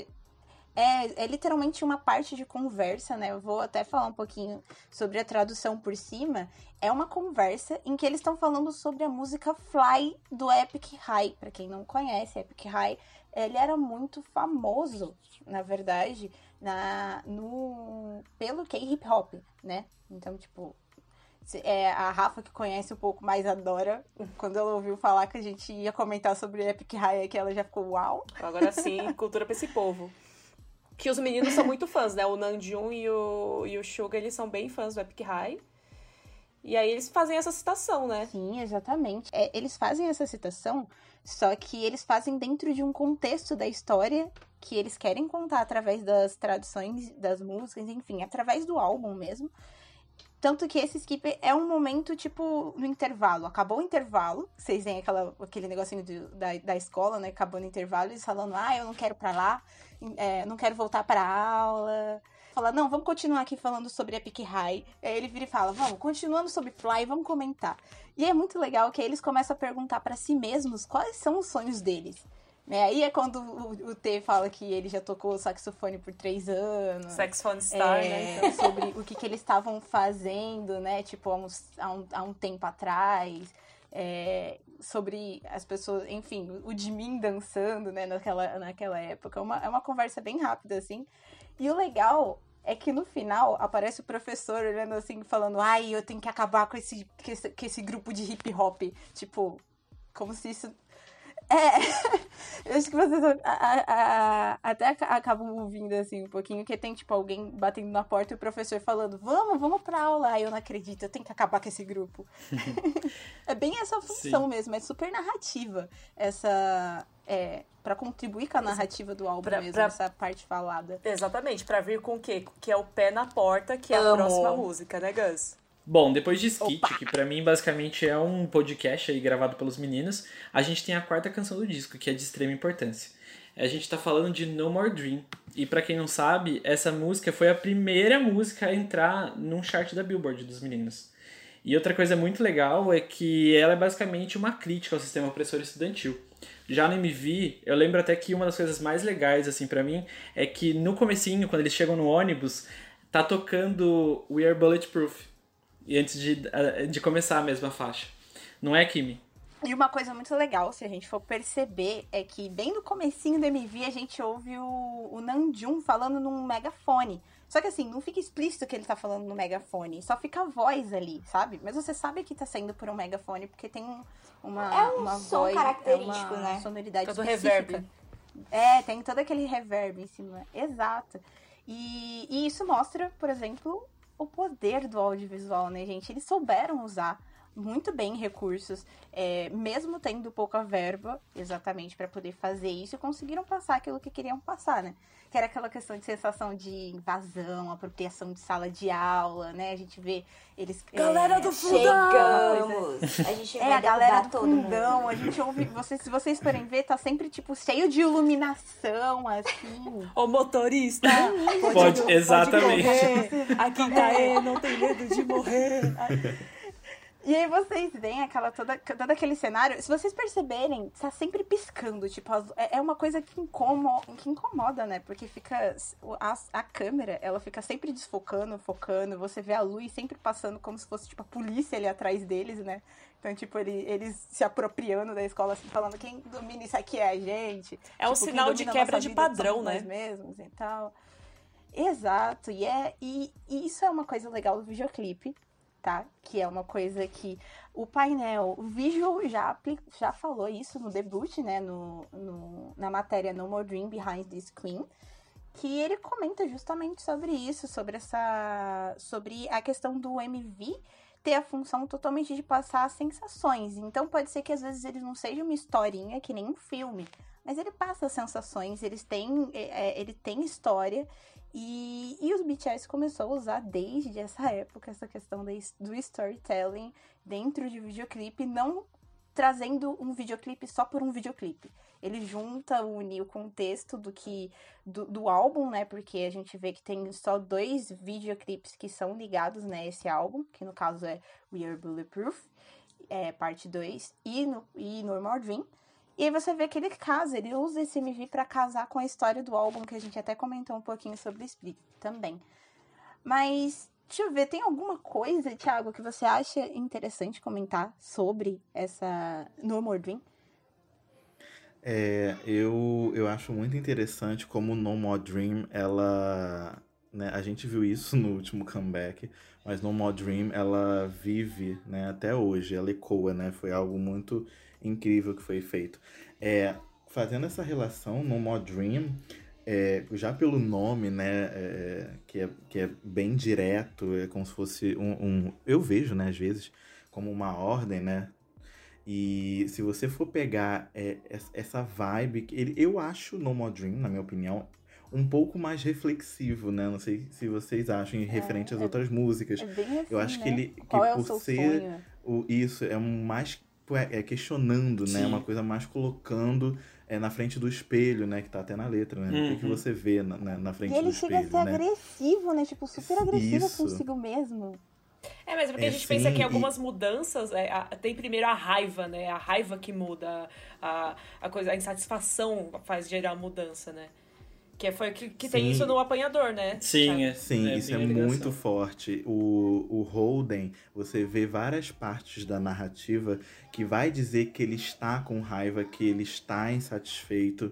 A: É literalmente uma parte de conversa, né? Eu vou até falar um pouquinho sobre a tradução por cima. É uma conversa em que eles estão falando sobre a música Fly do Epic High. Pra quem não conhece, Epic High, ele era muito famoso, na verdade, pelo K-hip hop, né? Então, tipo, A Rafa, que conhece um pouco mais, adora. Quando ela ouviu falar que a gente ia comentar sobre Epic High, que ela já ficou uau.
B: Agora sim, cultura pra esse povo. Que os meninos são muito fãs, né? O Namjoon e o Suga, eles são bem fãs do Epic High. E aí eles fazem essa citação, né?
A: Sim, exatamente. Eles fazem essa citação, só que eles fazem dentro de um contexto da história que eles querem contar através das traduções das músicas, enfim, através do álbum mesmo. Tanto que esse skip é um momento, tipo, no intervalo. Acabou o intervalo, vocês veem aquele negocinho da escola, né? Acabou no intervalo, eles falando, eu não quero pra lá, não quero voltar pra aula. Fala, não, vamos continuar aqui falando sobre Epic High. Aí ele vira e fala, vamos, continuando sobre Fly, vamos comentar. E é muito legal que aí eles começam a perguntar pra si mesmos quais são os sonhos deles. Né? Aí é quando o T fala que ele já tocou saxofone por 3 anos.
B: Saxofone Star, né?
A: Então. Sobre o que eles estavam fazendo, né? Tipo, há um tempo atrás. Sobre as pessoas, enfim, o Jimin dançando, né? Naquela época. É uma conversa bem rápida, assim. E o legal é que no final aparece o professor olhando assim, falando, eu tenho que acabar com esse grupo de hip hop. Tipo, como se isso... eu acho que vocês até acabam ouvindo assim um pouquinho, que tem tipo alguém batendo na porta e o professor falando, vamos pra aula. Eu não acredito, eu tenho que acabar com esse grupo. É bem essa função
C: Sim.
A: mesmo, é super narrativa pra contribuir com a narrativa do álbum mesmo, essa parte falada.
B: Exatamente, pra vir com o quê? Que é o pé na porta, que é a próxima música, né, Gus?
C: Bom, depois de Skit, que pra mim basicamente é um podcast aí gravado pelos meninos, a gente tem a 4ª canção do disco, que é de extrema importância. A gente tá falando de No More Dream. E pra quem não sabe, essa música foi a primeira música a entrar num chart da Billboard dos meninos. E outra coisa muito legal é que ela é basicamente uma crítica ao sistema opressor estudantil. Já no MV, eu lembro até que uma das coisas mais legais, assim, pra mim, é que no comecinho, quando eles chegam no ônibus, tá tocando We Are Bulletproof. E antes de começar a mesma faixa. Não é, Kimi?
A: E uma coisa muito legal, se a gente for perceber, é que bem no comecinho do MV a gente ouve o Namjoon falando num megafone. Só que assim, não fica explícito que ele tá falando no megafone, só fica a voz ali, sabe? Mas você sabe que tá saindo por um megafone, porque tem uma
E: som
A: voz,
E: característico,
A: uma
E: né?
A: sonoridade
B: Todo
A: específica.
B: reverb.
A: Tem todo aquele reverb em cima. Exato. E isso mostra, por exemplo, o poder do audiovisual, né, gente? Eles souberam usar muito bem recursos, mesmo tendo pouca verba, exatamente, para poder fazer isso, e conseguiram passar aquilo que queriam passar, né? Que era aquela questão de sensação de invasão, apropriação de sala de aula, né? A gente vê eles...
B: Galera do fundão!
E: Chegamos! A gente vai
A: a galera do
E: todo mundo.
A: fundão, a gente ouve... Se vocês forem ver, tá sempre, tipo, cheio de iluminação, assim.
B: Ô motorista!
C: Pode, exatamente.
B: Correr. Aqui tá não tem medo de morrer.
A: E aí vocês veem todo aquele cenário. Se vocês perceberem, tá sempre piscando. Tipo, é uma coisa que incomoda, né? Porque fica... A câmera, ela fica sempre desfocando, focando. Você vê a luz sempre passando como se fosse, tipo, a polícia ali atrás deles, né? Então, tipo, eles se apropriando da escola, assim, falando quem domina isso aqui é a gente.
B: É um
A: Tipo,
B: sinal de quebra de padrão,
A: somos
B: né?
A: Nós mesmos e tal. Exato. E isso é uma coisa legal do videoclipe. Tá? Que é uma coisa que o painel, o Visual já falou isso no debut, né? Na matéria No More Dream Behind This Queen, que ele comenta justamente sobre isso, sobre a questão do MV ter a função totalmente de passar sensações. Então pode ser que às vezes ele não seja uma historinha que nem um filme, mas ele passa sensações, ele tem história. E os BTS começou a usar desde essa época essa questão do storytelling dentro de videoclipe, não trazendo um videoclipe só por um videoclipe. Ele une o contexto do álbum, né? Porque a gente vê que tem só 2 videoclipes que são ligados, né, esse álbum, que no caso é We Are Bulletproof, parte 2, e No More Dream. E aí você vê que ele usa esse MV pra casar com a história do álbum, que a gente até comentou um pouquinho sobre o Split também. Mas, deixa eu ver, tem alguma coisa, Thiago, que você acha interessante comentar sobre essa No More Dream?
D: Eu acho muito interessante como No More Dream, ela né? A gente viu isso no último comeback, mas No More Dream, ela vive, né, até hoje, ela ecoa, né? Foi algo muito incrível que foi feito. Fazendo essa relação, No More Dream, já pelo nome, né, que é bem direto, é como se fosse eu vejo, né, às vezes, como uma ordem, né? E se você for pegar essa vibe, eu acho No More Dream, na minha opinião, um pouco mais reflexivo, né? Não sei se vocês acham, referente às outras músicas.
A: É bem assim,
D: Eu acho que
A: né?
D: ele,
A: Qual
D: que
A: é o
D: por
A: seu
D: ser
A: sonho?
D: isso, é um mais questionando, né?
C: Sim.
D: Uma coisa mais colocando na frente do espelho, né? Que tá até na letra, né? O que você vê na frente
A: E ele
D: do
A: chega a
D: espelho,
A: ser
D: né?
A: agressivo, né? Tipo, super agressivo
D: Isso.
A: consigo mesmo.
B: Mas porque a gente
D: sim,
B: pensa que algumas mudanças, tem primeiro a raiva, né? A raiva que muda, a coisa, a insatisfação faz gerar mudança, né? Foi que tem
D: Sim.
B: isso no Apanhador, né?
C: Sim,
D: Sim, isso é
C: bem a ligação.
D: muito forte. O Holden, você vê várias partes da narrativa que vai dizer que ele está com raiva, que ele está insatisfeito.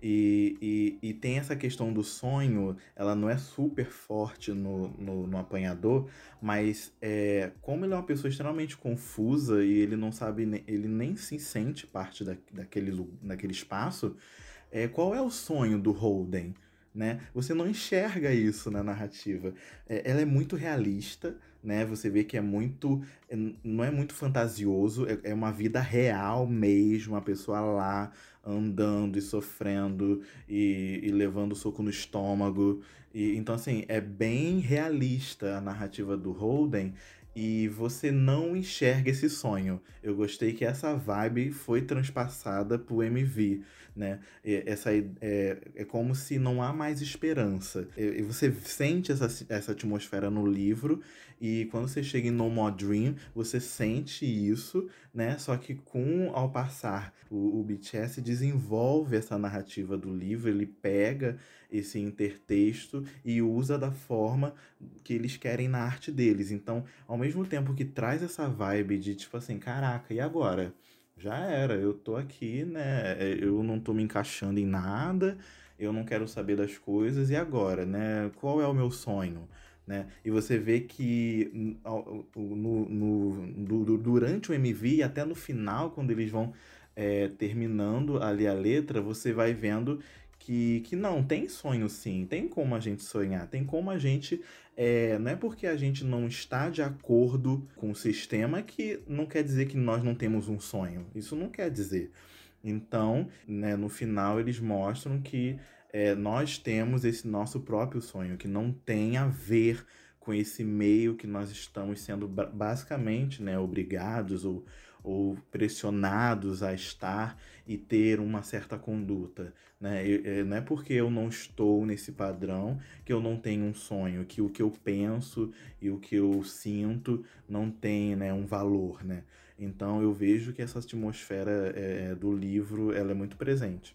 D: E tem essa questão do sonho, ela não é super forte no Apanhador, mas como ele é uma pessoa extremamente confusa e ele não sabe, ele nem se sente parte daquele espaço, qual é o sonho do Holden? Né? Você não enxerga isso na narrativa. Ela é muito realista, né? Você vê que não é muito fantasioso, é uma vida real mesmo, a pessoa lá andando e sofrendo e levando soco no estômago. Então, assim, é bem realista a narrativa do Holden. E você não enxerga esse sonho. Eu gostei que essa vibe foi transpassada pro MV, né? É como se não há mais esperança. E você sente essa atmosfera no livro, e quando você chega em No More Dream, você sente isso, né? Só que ao passar, o BTS desenvolve essa narrativa do livro, ele pega esse intertexto e usa da forma que eles querem na arte deles. Então, ao mesmo tempo que traz essa vibe de tipo assim, caraca, e agora? Já era, eu tô aqui, né? Eu não tô me encaixando em nada, eu não quero saber das coisas, e agora, né? Qual é o meu sonho? Né? E você vê que durante o MV e até no final, quando eles vão terminando ali a letra, você vai vendo que não, tem sonho sim, tem como a gente sonhar, tem como a gente... não é porque a gente não está de acordo com o sistema que não quer dizer que nós não temos um sonho. Isso não quer dizer. Então, né, no final, eles mostram que nós temos esse nosso próprio sonho, que não tem a ver com esse meio que nós estamos sendo basicamente, né, obrigados ou pressionados a estar e ter uma certa conduta, né? Não é porque eu não estou nesse padrão que eu não tenho um sonho, que o que eu penso e o que eu sinto não tem, né, um valor, né? Então eu vejo que essa atmosfera do livro, ela é muito presente.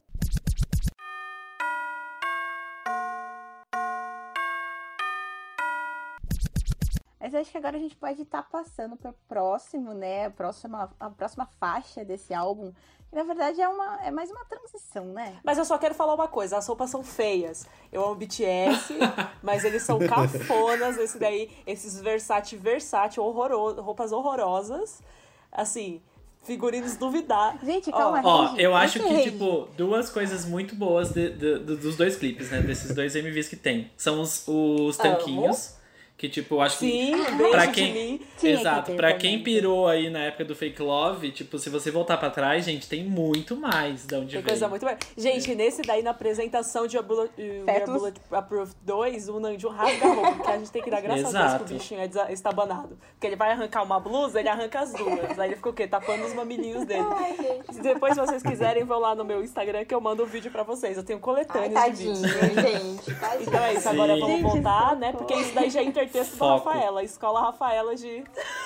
A: Mas acho que agora a gente pode estar passando para o próximo, né? A próxima faixa desse álbum. Que na verdade é mais uma transição, né?
B: Mas eu só quero falar uma coisa, as roupas são feias. Eu amo BTS, mas eles são cafonas, esses versátil, roupas horrorosas. Assim, figurinos duvidáveis.
A: Gente, calma,
C: eu acho que, tipo, duas coisas muito boas dos dois clipes, né? Desses dois MVs que tem. São os tanquinhos. Que, tipo, eu acho
B: Sim,
C: que pra quem...
A: Sim,
C: Exato, pra quem pirou aí na época do Fake Love, tipo, se você voltar pra trás, gente, tem muito mais de onde
B: tem
C: veio.
B: coisa muito mais. Gente, nesse daí, na apresentação de Bulletproof 2, o Namjoon rasga a roupa, porque a gente tem que dar graças a Deus que o bichinho é estabanado. Porque ele vai arrancar uma blusa, ele arranca as duas. Aí ele fica o quê? Tapando os mamilinhos dele.
E: Ai, gente.
B: Depois, se vocês quiserem, vão lá no meu Instagram que eu mando o vídeo pra vocês. Eu tenho coletâneas de
E: Tadinho,
B: vídeos.
E: gente. Tadinho.
B: Então é isso, agora vamos voltar, né? Porque isso daí já é intertexto da
C: Foco.
B: Rafaela, a escola Rafaela de...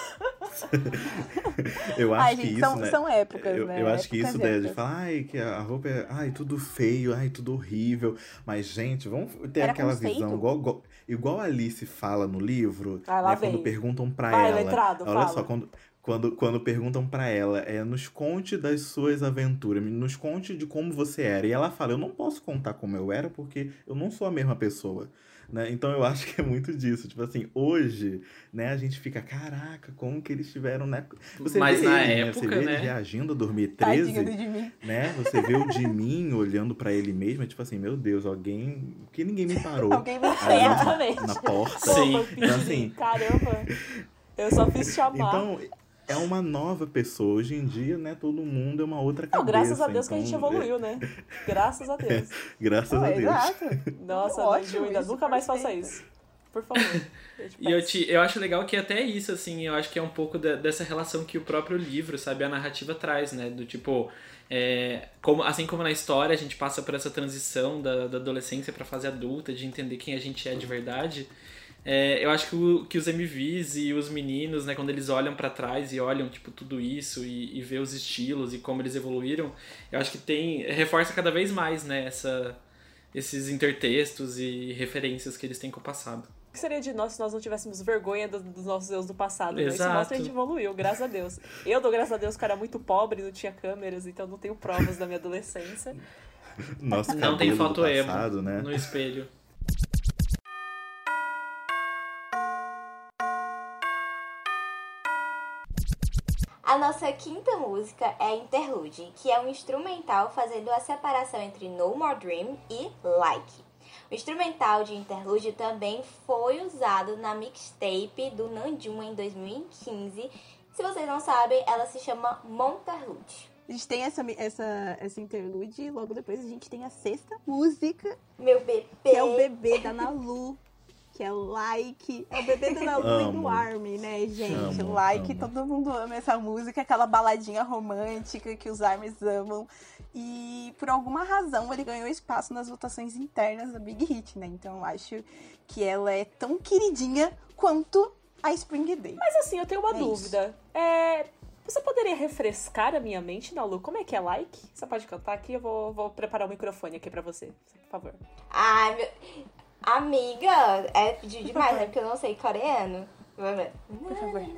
D: Eu acho que
A: gente,
D: isso, né?
A: são épocas, né?
D: Eu acho que isso
A: Épocas.
D: de falar, que a roupa é, tudo feio, tudo horrível. Mas, gente, vamos ter
A: Era
D: aquela
A: conceito.
D: visão, igual a Alice fala no livro,
B: Ah, lá
D: né,
B: vem.
D: quando perguntam pra
B: Vai,
D: ela.
B: letrado,
D: Olha
B: fala.
D: só, Quando perguntam pra ela, nos conte das suas aventuras, nos conte de como você era. E ela fala, eu não posso contar como eu era porque eu não sou a mesma pessoa, né? Então eu acho que é muito disso. Tipo assim, hoje, né, a gente fica, caraca, como que eles tiveram, né? Você
C: Mas
D: vê
C: na
D: eles, né?
C: época,
D: Você vê eles
C: né?
D: reagindo a 2013,
A: Tadinho do Jimin.
D: né? Você vê o Jimin olhando pra ele mesmo, é tipo assim, meu Deus, alguém... Por que ninguém me parou
A: Alguém me
D: ali
A: ferra.
B: Exatamente.
D: na porta?
C: Sim.
B: Pô,
D: Então, assim,
B: caramba. Eu só fiz chamar.
D: então, é uma nova pessoa. Hoje em dia, né, todo mundo é uma outra
B: Não,
D: cabeça.
B: graças a Deus que a gente
D: então,
B: evoluiu, né? Graças a Deus.
D: Graças a Deus.
A: Exato.
B: Nossa,
A: Ótimo,
B: Nanju, ainda
A: isso,
B: nunca mais faça
A: perfeito.
B: isso. Por favor.
C: E eu acho legal que até isso, assim, eu acho que é um pouco dessa relação que o próprio livro, sabe, a narrativa traz, né? Do tipo, assim como na história a gente passa por essa transição da adolescência pra fase adulta, de entender quem a gente é de verdade, eu acho que os MVs e os meninos, né, quando eles olham pra trás e olham, tipo, tudo isso e vê os estilos e como eles evoluíram, eu acho que reforça cada vez mais, né, esses intertextos e referências que eles têm com o passado.
B: O que seria de nós se nós não tivéssemos vergonha dos nossos erros do passado? Né? Isso
C: Exato.
B: mostra que a gente evoluiu, graças a Deus. Eu dou graças a Deus que eu era muito pobre, não tinha câmeras, então não tenho provas da minha adolescência.
D: Nosso
C: Não tem
D: cabelo
C: foto
D: do
C: emo
D: passado, né?
C: no espelho.
E: A nossa quinta música é Interlude, que é um instrumental fazendo a separação entre No More Dream e Like. O instrumental de Interlude também foi usado na mixtape do Namjoon em 2015. Se vocês não sabem, ela se chama Monterlude.
A: A gente tem essa interlude e logo depois a gente tem a sexta música,
E: Meu bebê.
A: que é o bebê da Nalu, que é o Like. É o bebê da Nalu e do
D: Amo.
A: Army, né, gente?
D: Amo,
A: Like,
D: amo.
A: todo mundo ama essa música, aquela baladinha romântica que os Armys amam. E por alguma razão ele ganhou espaço nas votações internas da Big Hit, né? Então eu acho que ela é tão queridinha quanto a Spring Day.
B: Mas assim, eu tenho uma
A: É
B: dúvida. Você poderia refrescar a minha mente, Nalu? Como é que é Like? Você pode cantar aqui? Eu vou preparar o microfone aqui pra você, por favor.
E: Ai, amiga, é pedir demais, né? Porque eu não sei coreano. Vamos ver.
B: Por favor.
E: I'm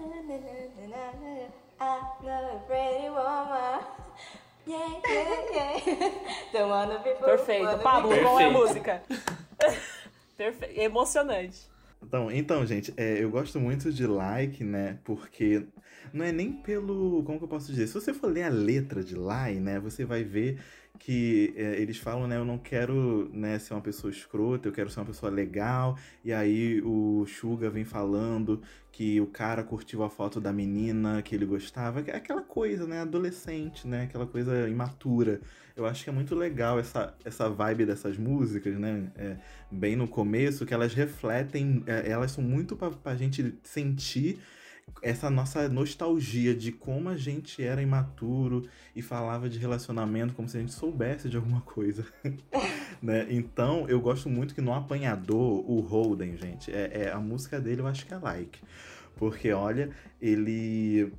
E: not a pretty woman. Yeah, yeah, yeah. Don't wanna be
B: Perfeito.
E: wanna
B: Pablo,
E: be-
B: qual é a
C: Perfeito.
B: música? Perfeito. Emocionante.
D: Então, gente, eu gosto muito de Like, né? Porque não é nem pelo... Como que eu posso dizer? Se você for ler a letra de Like, né? Você vai ver que eles falam, né? Eu não quero, né, ser uma pessoa escrota, eu quero ser uma pessoa legal. E aí o Suga vem falando que o cara curtiu a foto da menina que ele gostava. Aquela coisa, né? Adolescente, né? Aquela coisa imatura. Eu acho que é muito legal essa vibe dessas músicas, né? Bem no começo, que elas refletem, elas são muito pra gente sentir essa nossa nostalgia de como a gente era imaturo e falava de relacionamento como se a gente soubesse de alguma coisa. Né? Então, eu gosto muito que no Apanhador, o Holden, gente, a música dele eu acho que é Like. Porque, olha, ele,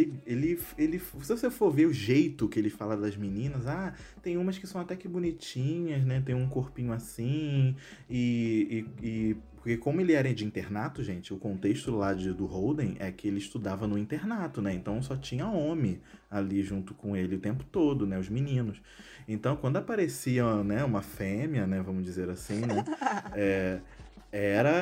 D: se você for ver o jeito que ele fala das meninas, tem umas que são até que bonitinhas, né? Tem um corpinho assim, porque como ele era de internato, gente, o contexto lá do Holden é que ele estudava no internato, né? Então só tinha homem ali junto com ele o tempo todo, né? Os meninos. Então quando aparecia, né, uma fêmea, né, vamos dizer assim, né? Era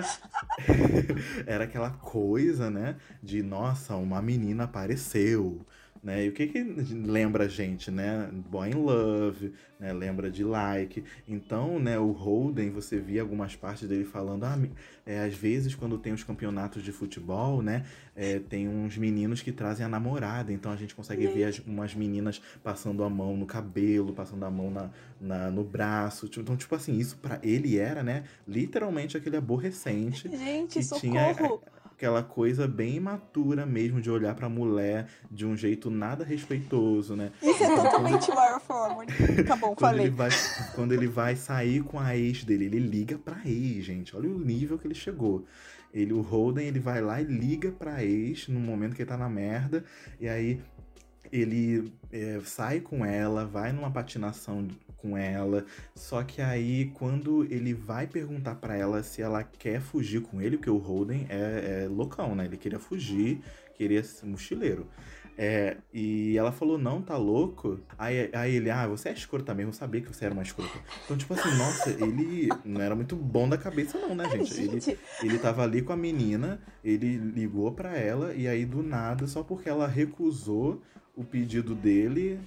D: aquela coisa, né, de nossa, uma menina apareceu, né, e o que lembra a gente, né, Boy in Love, né, lembra de Like. Então, né, o Holden, você via algumas partes dele falando, às vezes quando tem os campeonatos de futebol, né, tem uns meninos que trazem a namorada, então a gente consegue ver umas meninas passando a mão no cabelo, passando a mão no braço. Então, tipo assim, isso pra ele era, né, literalmente aquele aborrecente.
A: Gente,
D: que
A: socorro!
D: tinha aquela coisa bem imatura mesmo de olhar pra mulher de um jeito nada respeitoso, né?
A: Isso é totalmente Wire Forward. Tá bom, falei.
D: Quando ele vai sair com a ex dele, ele liga pra ex, gente. Olha o nível que ele chegou. O Holden, ele vai lá e liga pra ex no momento que ele tá na merda. E aí ele sai com ela, vai numa patinação com ela. Só que aí, quando ele vai perguntar pra ela se ela quer fugir com ele, porque o Holden é loucão, né? Ele queria fugir, queria ser mochileiro. E ela falou, não, tá louco? Aí ele, você é escrota mesmo, eu sabia que você era uma escrota. Então, tipo assim, nossa, ele não era muito bom da cabeça não, né, gente? Ele tava ali com a menina, ele ligou pra ela, e aí do nada, só porque ela recusou o pedido dele,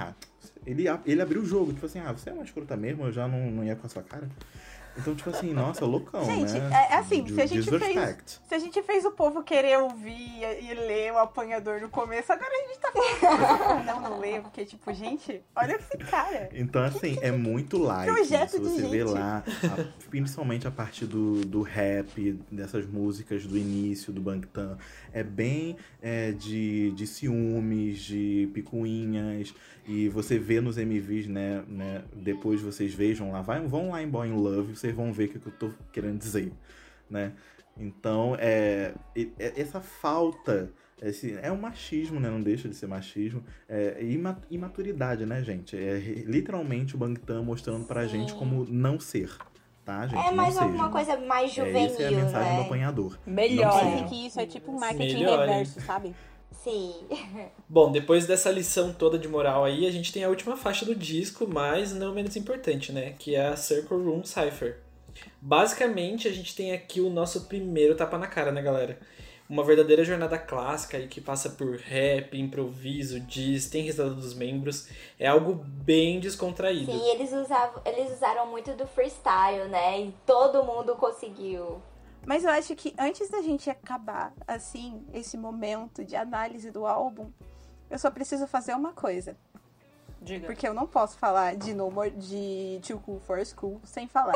D: ele abriu o jogo, tipo assim, você é uma escrota mesmo, eu já não ia com a sua cara. Então, tipo assim, nossa, loucão,
A: gente,
D: né?
A: É assim, se a gente fez o povo querer ouvir e ler o Apanhador no começo, agora a gente tá falando não ler, porque, tipo, gente, olha esse cara.
D: Então, assim, é muito light.
A: Projeto
D: se você
A: de
D: vê
A: gente.
D: lá, principalmente a parte do rap, dessas músicas do início do Bangtan, é bem de ciúmes, de picuinhas, e você vê nos MVs, né, depois vocês vejam lá, vão lá em Boy in Love, vocês vão ver o que eu tô querendo dizer, né? Então, essa falta, é um machismo, né? Não deixa de ser machismo. Imaturidade, né, gente? É literalmente o Bangtan mostrando pra gente como não ser, tá, gente?
E: É mais
D: não
E: alguma coisa mais juvenil,
D: essa é a mensagem do
E: né?
D: apanhador.
B: Melhor.
D: Não sejam.
A: Que isso é tipo um marketing
C: Melhorem.
A: reverso, sabe?
E: Sim.
C: Bom, depois dessa lição toda de moral aí, a gente tem a última faixa do disco, mas não menos importante, né? Que é a Circle Room Cypher. Basicamente, a gente tem aqui o nosso primeiro tapa na cara, né, galera? Uma verdadeira jornada clássica aí que passa por rap, improviso, diz, tem risada dos membros. É algo bem descontraído.
E: Sim, eles usaram muito do freestyle, né? E todo mundo conseguiu.
A: Mas eu acho que antes da gente acabar, assim, esse momento de análise do álbum, eu só preciso fazer uma coisa.
B: Diga.
A: Porque eu não posso falar de No More, de Too Cool for School sem falar.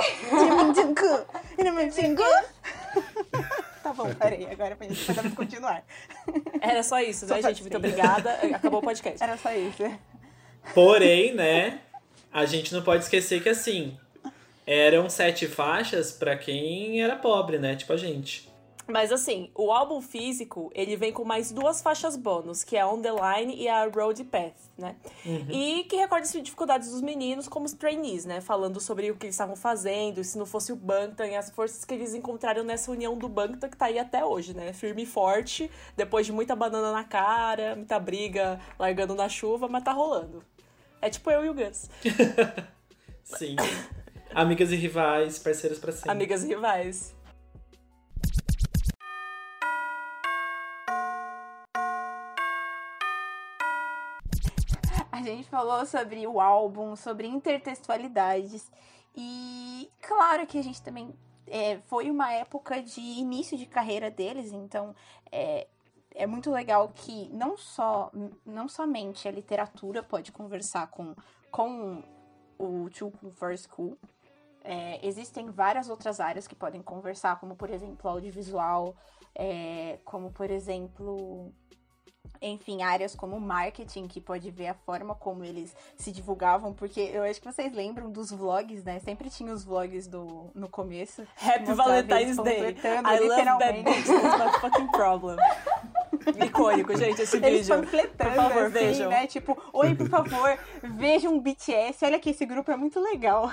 A: Tá bom, parei. Agora pra gente podemos continuar.
B: Era só isso, né, gente? Muito obrigada. Acabou o podcast.
A: Era só isso.
C: Porém, né, a gente não pode esquecer que, assim, eram 7 faixas pra quem era pobre, né? Tipo a gente.
B: Mas assim, o álbum físico, ele vem com mais 2 faixas bônus, que é a On The Line e a Road Path, né? E que recorda as dificuldades dos meninos como os trainees, né? Falando sobre o que eles estavam fazendo, se não fosse o Bangtan e as forças que eles encontraram nessa união do Bangtan que tá aí até hoje, né? Firme e forte, depois de muita banana na cara, muita briga, largando na chuva, mas tá rolando. É tipo eu e o Gus.
C: Sim. Amigas e rivais, parceiras pra sempre.
B: Amigas e rivais.
A: A gente falou sobre o álbum, sobre intertextualidades. E claro que a gente também foi uma época de início de carreira deles, então é muito legal que não somente a literatura pode conversar com o Too Cool for School. Existem várias outras áreas que podem conversar, como por exemplo audiovisual, como por exemplo, enfim, áreas como marketing, que pode ver a forma como eles se divulgavam, porque eu acho que vocês lembram dos vlogs, né? Sempre tinha os vlogs no começo.
B: Happy Valentine's Day. I love that bitch, that's my fucking problem. Icônico, gente, esse
A: Eles
B: vídeo.
A: panfletando,
B: Por favor,
A: assim,
B: vejam.
A: né? Tipo, oi, por favor, vejam BTS. Olha que esse grupo é muito legal.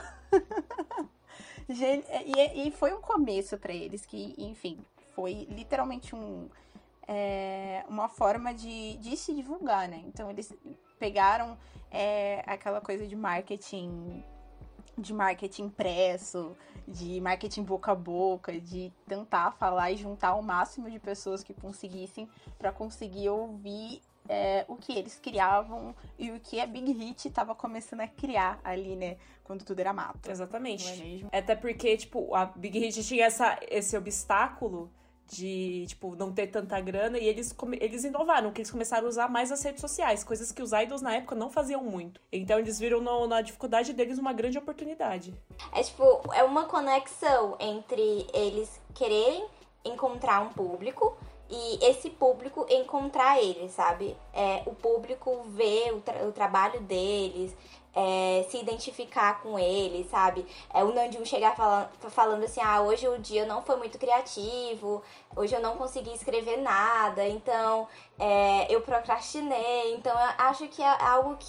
A: E foi um começo pra eles que, enfim, foi literalmente uma forma de se divulgar, né? Então eles pegaram aquela coisa de marketing impresso, de marketing boca a boca, de tentar falar e juntar o máximo de pessoas que conseguissem para conseguir ouvir o que eles criavam e o que a Big Hit estava começando a criar ali, né? Quando tudo era mato.
B: Exatamente.
A: Não é mesmo?
B: Até porque, tipo, a Big Hit tinha esse obstáculo de, tipo, não ter tanta grana, e eles inovaram, que eles começaram a usar mais as redes sociais, coisas que os idols na época não faziam muito. Então eles viram na dificuldade deles uma grande oportunidade.
E: É uma conexão entre eles quererem encontrar um público e esse público encontrar eles, sabe? O público vê o trabalho deles, se identificar com eles, sabe? O Namjoon chegar falando assim, hoje o dia não foi muito criativo, hoje eu não consegui escrever nada, então eu procrastinei. Então eu acho que é algo que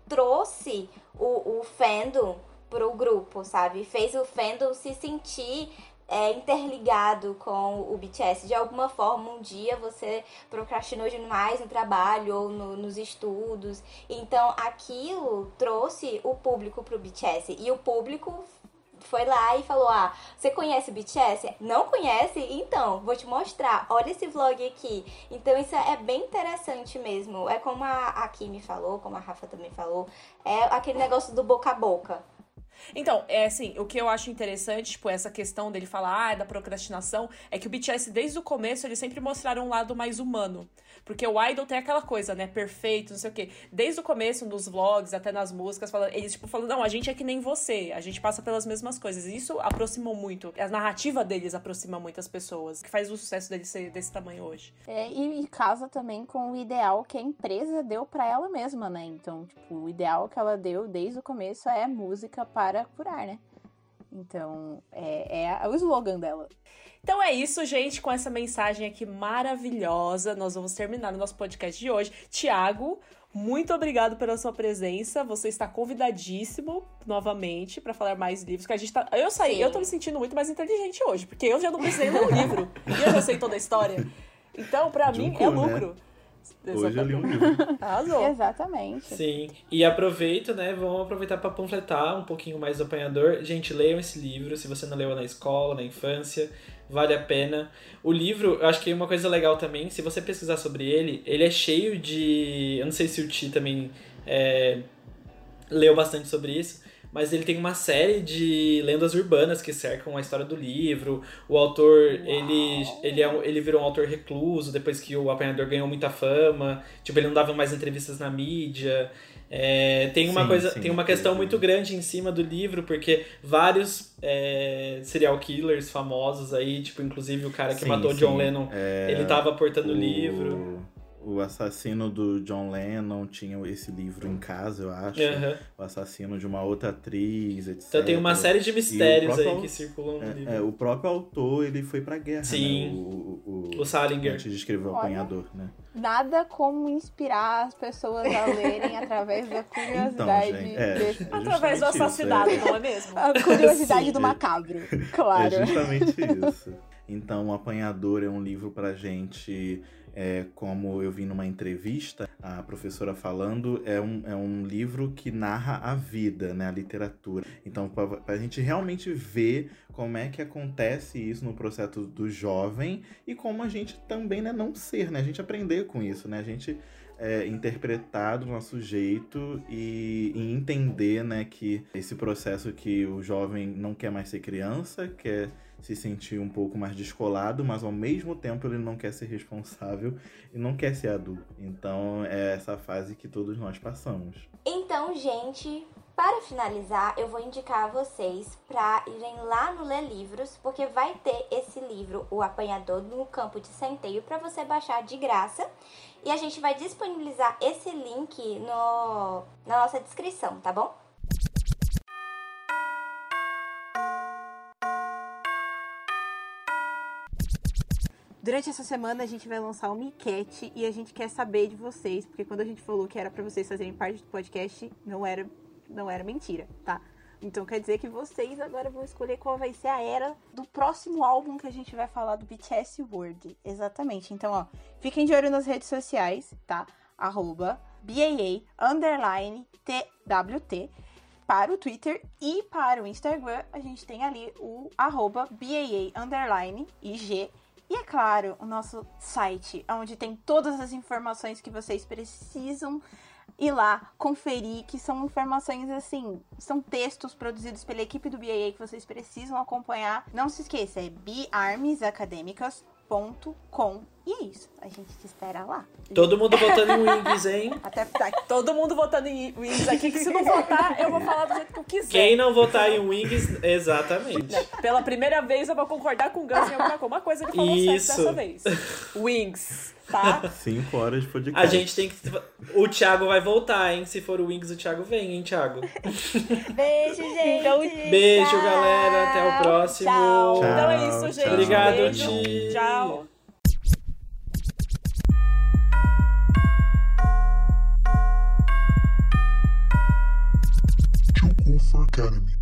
E: trouxe o fandom pro grupo, sabe? Fez o fandom se sentir interligado com o BTS. De alguma forma, um dia você procrastinou demais no trabalho ou nos estudos. Então, aquilo trouxe o público pro BTS. E o público foi lá e falou, você conhece o BTS? Não conhece? Então, vou te mostrar. Olha esse vlog aqui. Então, isso é bem interessante mesmo. É como a Kimi falou, como a Rafa também falou. É aquele negócio do boca a boca.
B: Então, assim, o que eu acho interessante, tipo, essa questão dele falar, da procrastinação, é que o BTS, desde o começo, eles sempre mostraram um lado mais humano. Porque o idol tem aquela coisa, né, perfeito, não sei o quê. Desde o começo, nos vlogs, até nas músicas, eles, tipo, falam, não, a gente é que nem você, a gente passa pelas mesmas coisas. E isso aproximou muito, a narrativa deles aproxima muitas pessoas, que faz o sucesso deles ser desse tamanho hoje.
A: E casa também com o ideal que a empresa deu pra ela mesma, né? Então, tipo, o ideal que ela deu desde o começo é música para curar, né? Então, é o slogan dela.
B: Então é isso, gente, com essa mensagem aqui maravilhosa, nós vamos terminar o nosso podcast de hoje. Thiago, muito obrigado pela sua presença, você está convidadíssimo novamente para falar mais livros, que a gente tá... Eu tô me sentindo muito mais inteligente hoje, porque eu já não precisei ler um livro, e eu já sei toda a história. Então, pra mim, é lucro.
D: Né? Hoje eu li um livro.
A: Arrasou. Exatamente.
C: Sim, e aproveito, né, vamos aproveitar para panfletar um pouquinho mais do Apanhador. Gente, leiam esse livro, se você não leu na escola, na infância, vale a pena. O livro, eu acho que uma coisa legal também, se você pesquisar sobre ele é cheio de... Eu não sei se o Ti também leu bastante sobre isso, mas ele tem uma série de lendas urbanas que cercam a história do livro. O autor, ele virou um autor recluso depois que o Apanhador ganhou muita fama. Tipo, ele não dava mais entrevistas na mídia. Tem uma questão muito grande em cima do livro, porque vários serial killers famosos aí, tipo, inclusive o cara que matou John Lennon, ele tava portando o livro.
D: O assassino do John Lennon tinha esse livro em casa, eu acho. O assassino de uma outra atriz, etc.
C: Então tem uma série de mistérios aí que circulam no livro.
D: O próprio autor, ele foi pra guerra,
C: Sim.
D: Né?
C: O Salinger.
D: Antes de escrever o Apanhador, né?
A: Nada como inspirar as pessoas a lerem através da curiosidade.
D: Então,
B: através do assassinato, não é mesmo?
A: A curiosidade do macabro, claro.
D: É justamente isso. Então, o Apanhador é um livro pra gente... como eu vi numa entrevista, a professora falando, é um livro que narra a vida, né, a literatura. Então, para a gente realmente ver como é que acontece isso no processo do jovem e como a gente também, né, não ser, né, a gente aprender com isso, né, a gente interpretar do nosso jeito e entender, né, que esse processo que o jovem não quer mais ser criança, quer se sentir um pouco mais descolado, mas ao mesmo tempo ele não quer ser responsável e não quer ser adulto. Então é essa fase que todos nós passamos.
E: Então, gente, para finalizar, eu vou indicar a vocês para irem lá no Lê Livros, porque vai ter esse livro, O Apanhador, no Campo de Centeio, para você baixar de graça. E a gente vai disponibilizar esse link na nossa descrição, tá bom?
A: Durante essa semana a gente vai lançar uma enquete e a gente quer saber de vocês, porque quando a gente falou que era pra vocês fazerem parte do podcast, não era mentira, tá? Então quer dizer que vocês agora vão escolher qual vai ser a era do próximo álbum que a gente vai falar do BTS World. Exatamente. Então, ó, fiquem de olho nas redes sociais, tá? @BAA_TWT para o Twitter e para o Instagram. A gente tem ali o @BAA_IG. E é claro, o nosso site, onde tem todas as informações que vocês precisam ir lá conferir, que são informações assim, são textos produzidos pela equipe do BAA que vocês precisam acompanhar. Não se esqueça, é bearmsacademicas.com. E é isso, a gente te espera lá.
C: Todo mundo votando em Wings, hein?
A: Até ficar.
B: Todo mundo votando em Wings aqui, que se não votar, eu vou falar do jeito que eu quiser.
C: Quem não votar em Wings, exatamente.
B: Pela primeira vez eu vou concordar com o Gus em alguma coisa que falou certo dessa vez. Wings, tá?
D: 5 horas de podcast.
C: A gente tem que... O Thiago vai voltar, hein? Se for o Wings, o Thiago vem, hein, Thiago?
E: Beijo, gente!
A: Então,
C: beijo,
E: tchau.
C: Galera. Até o próximo.
A: Tchau.
B: Então é isso, gente.
C: Obrigado,
B: Beijo.
C: Ti.
B: Tchau.
F: for Academy.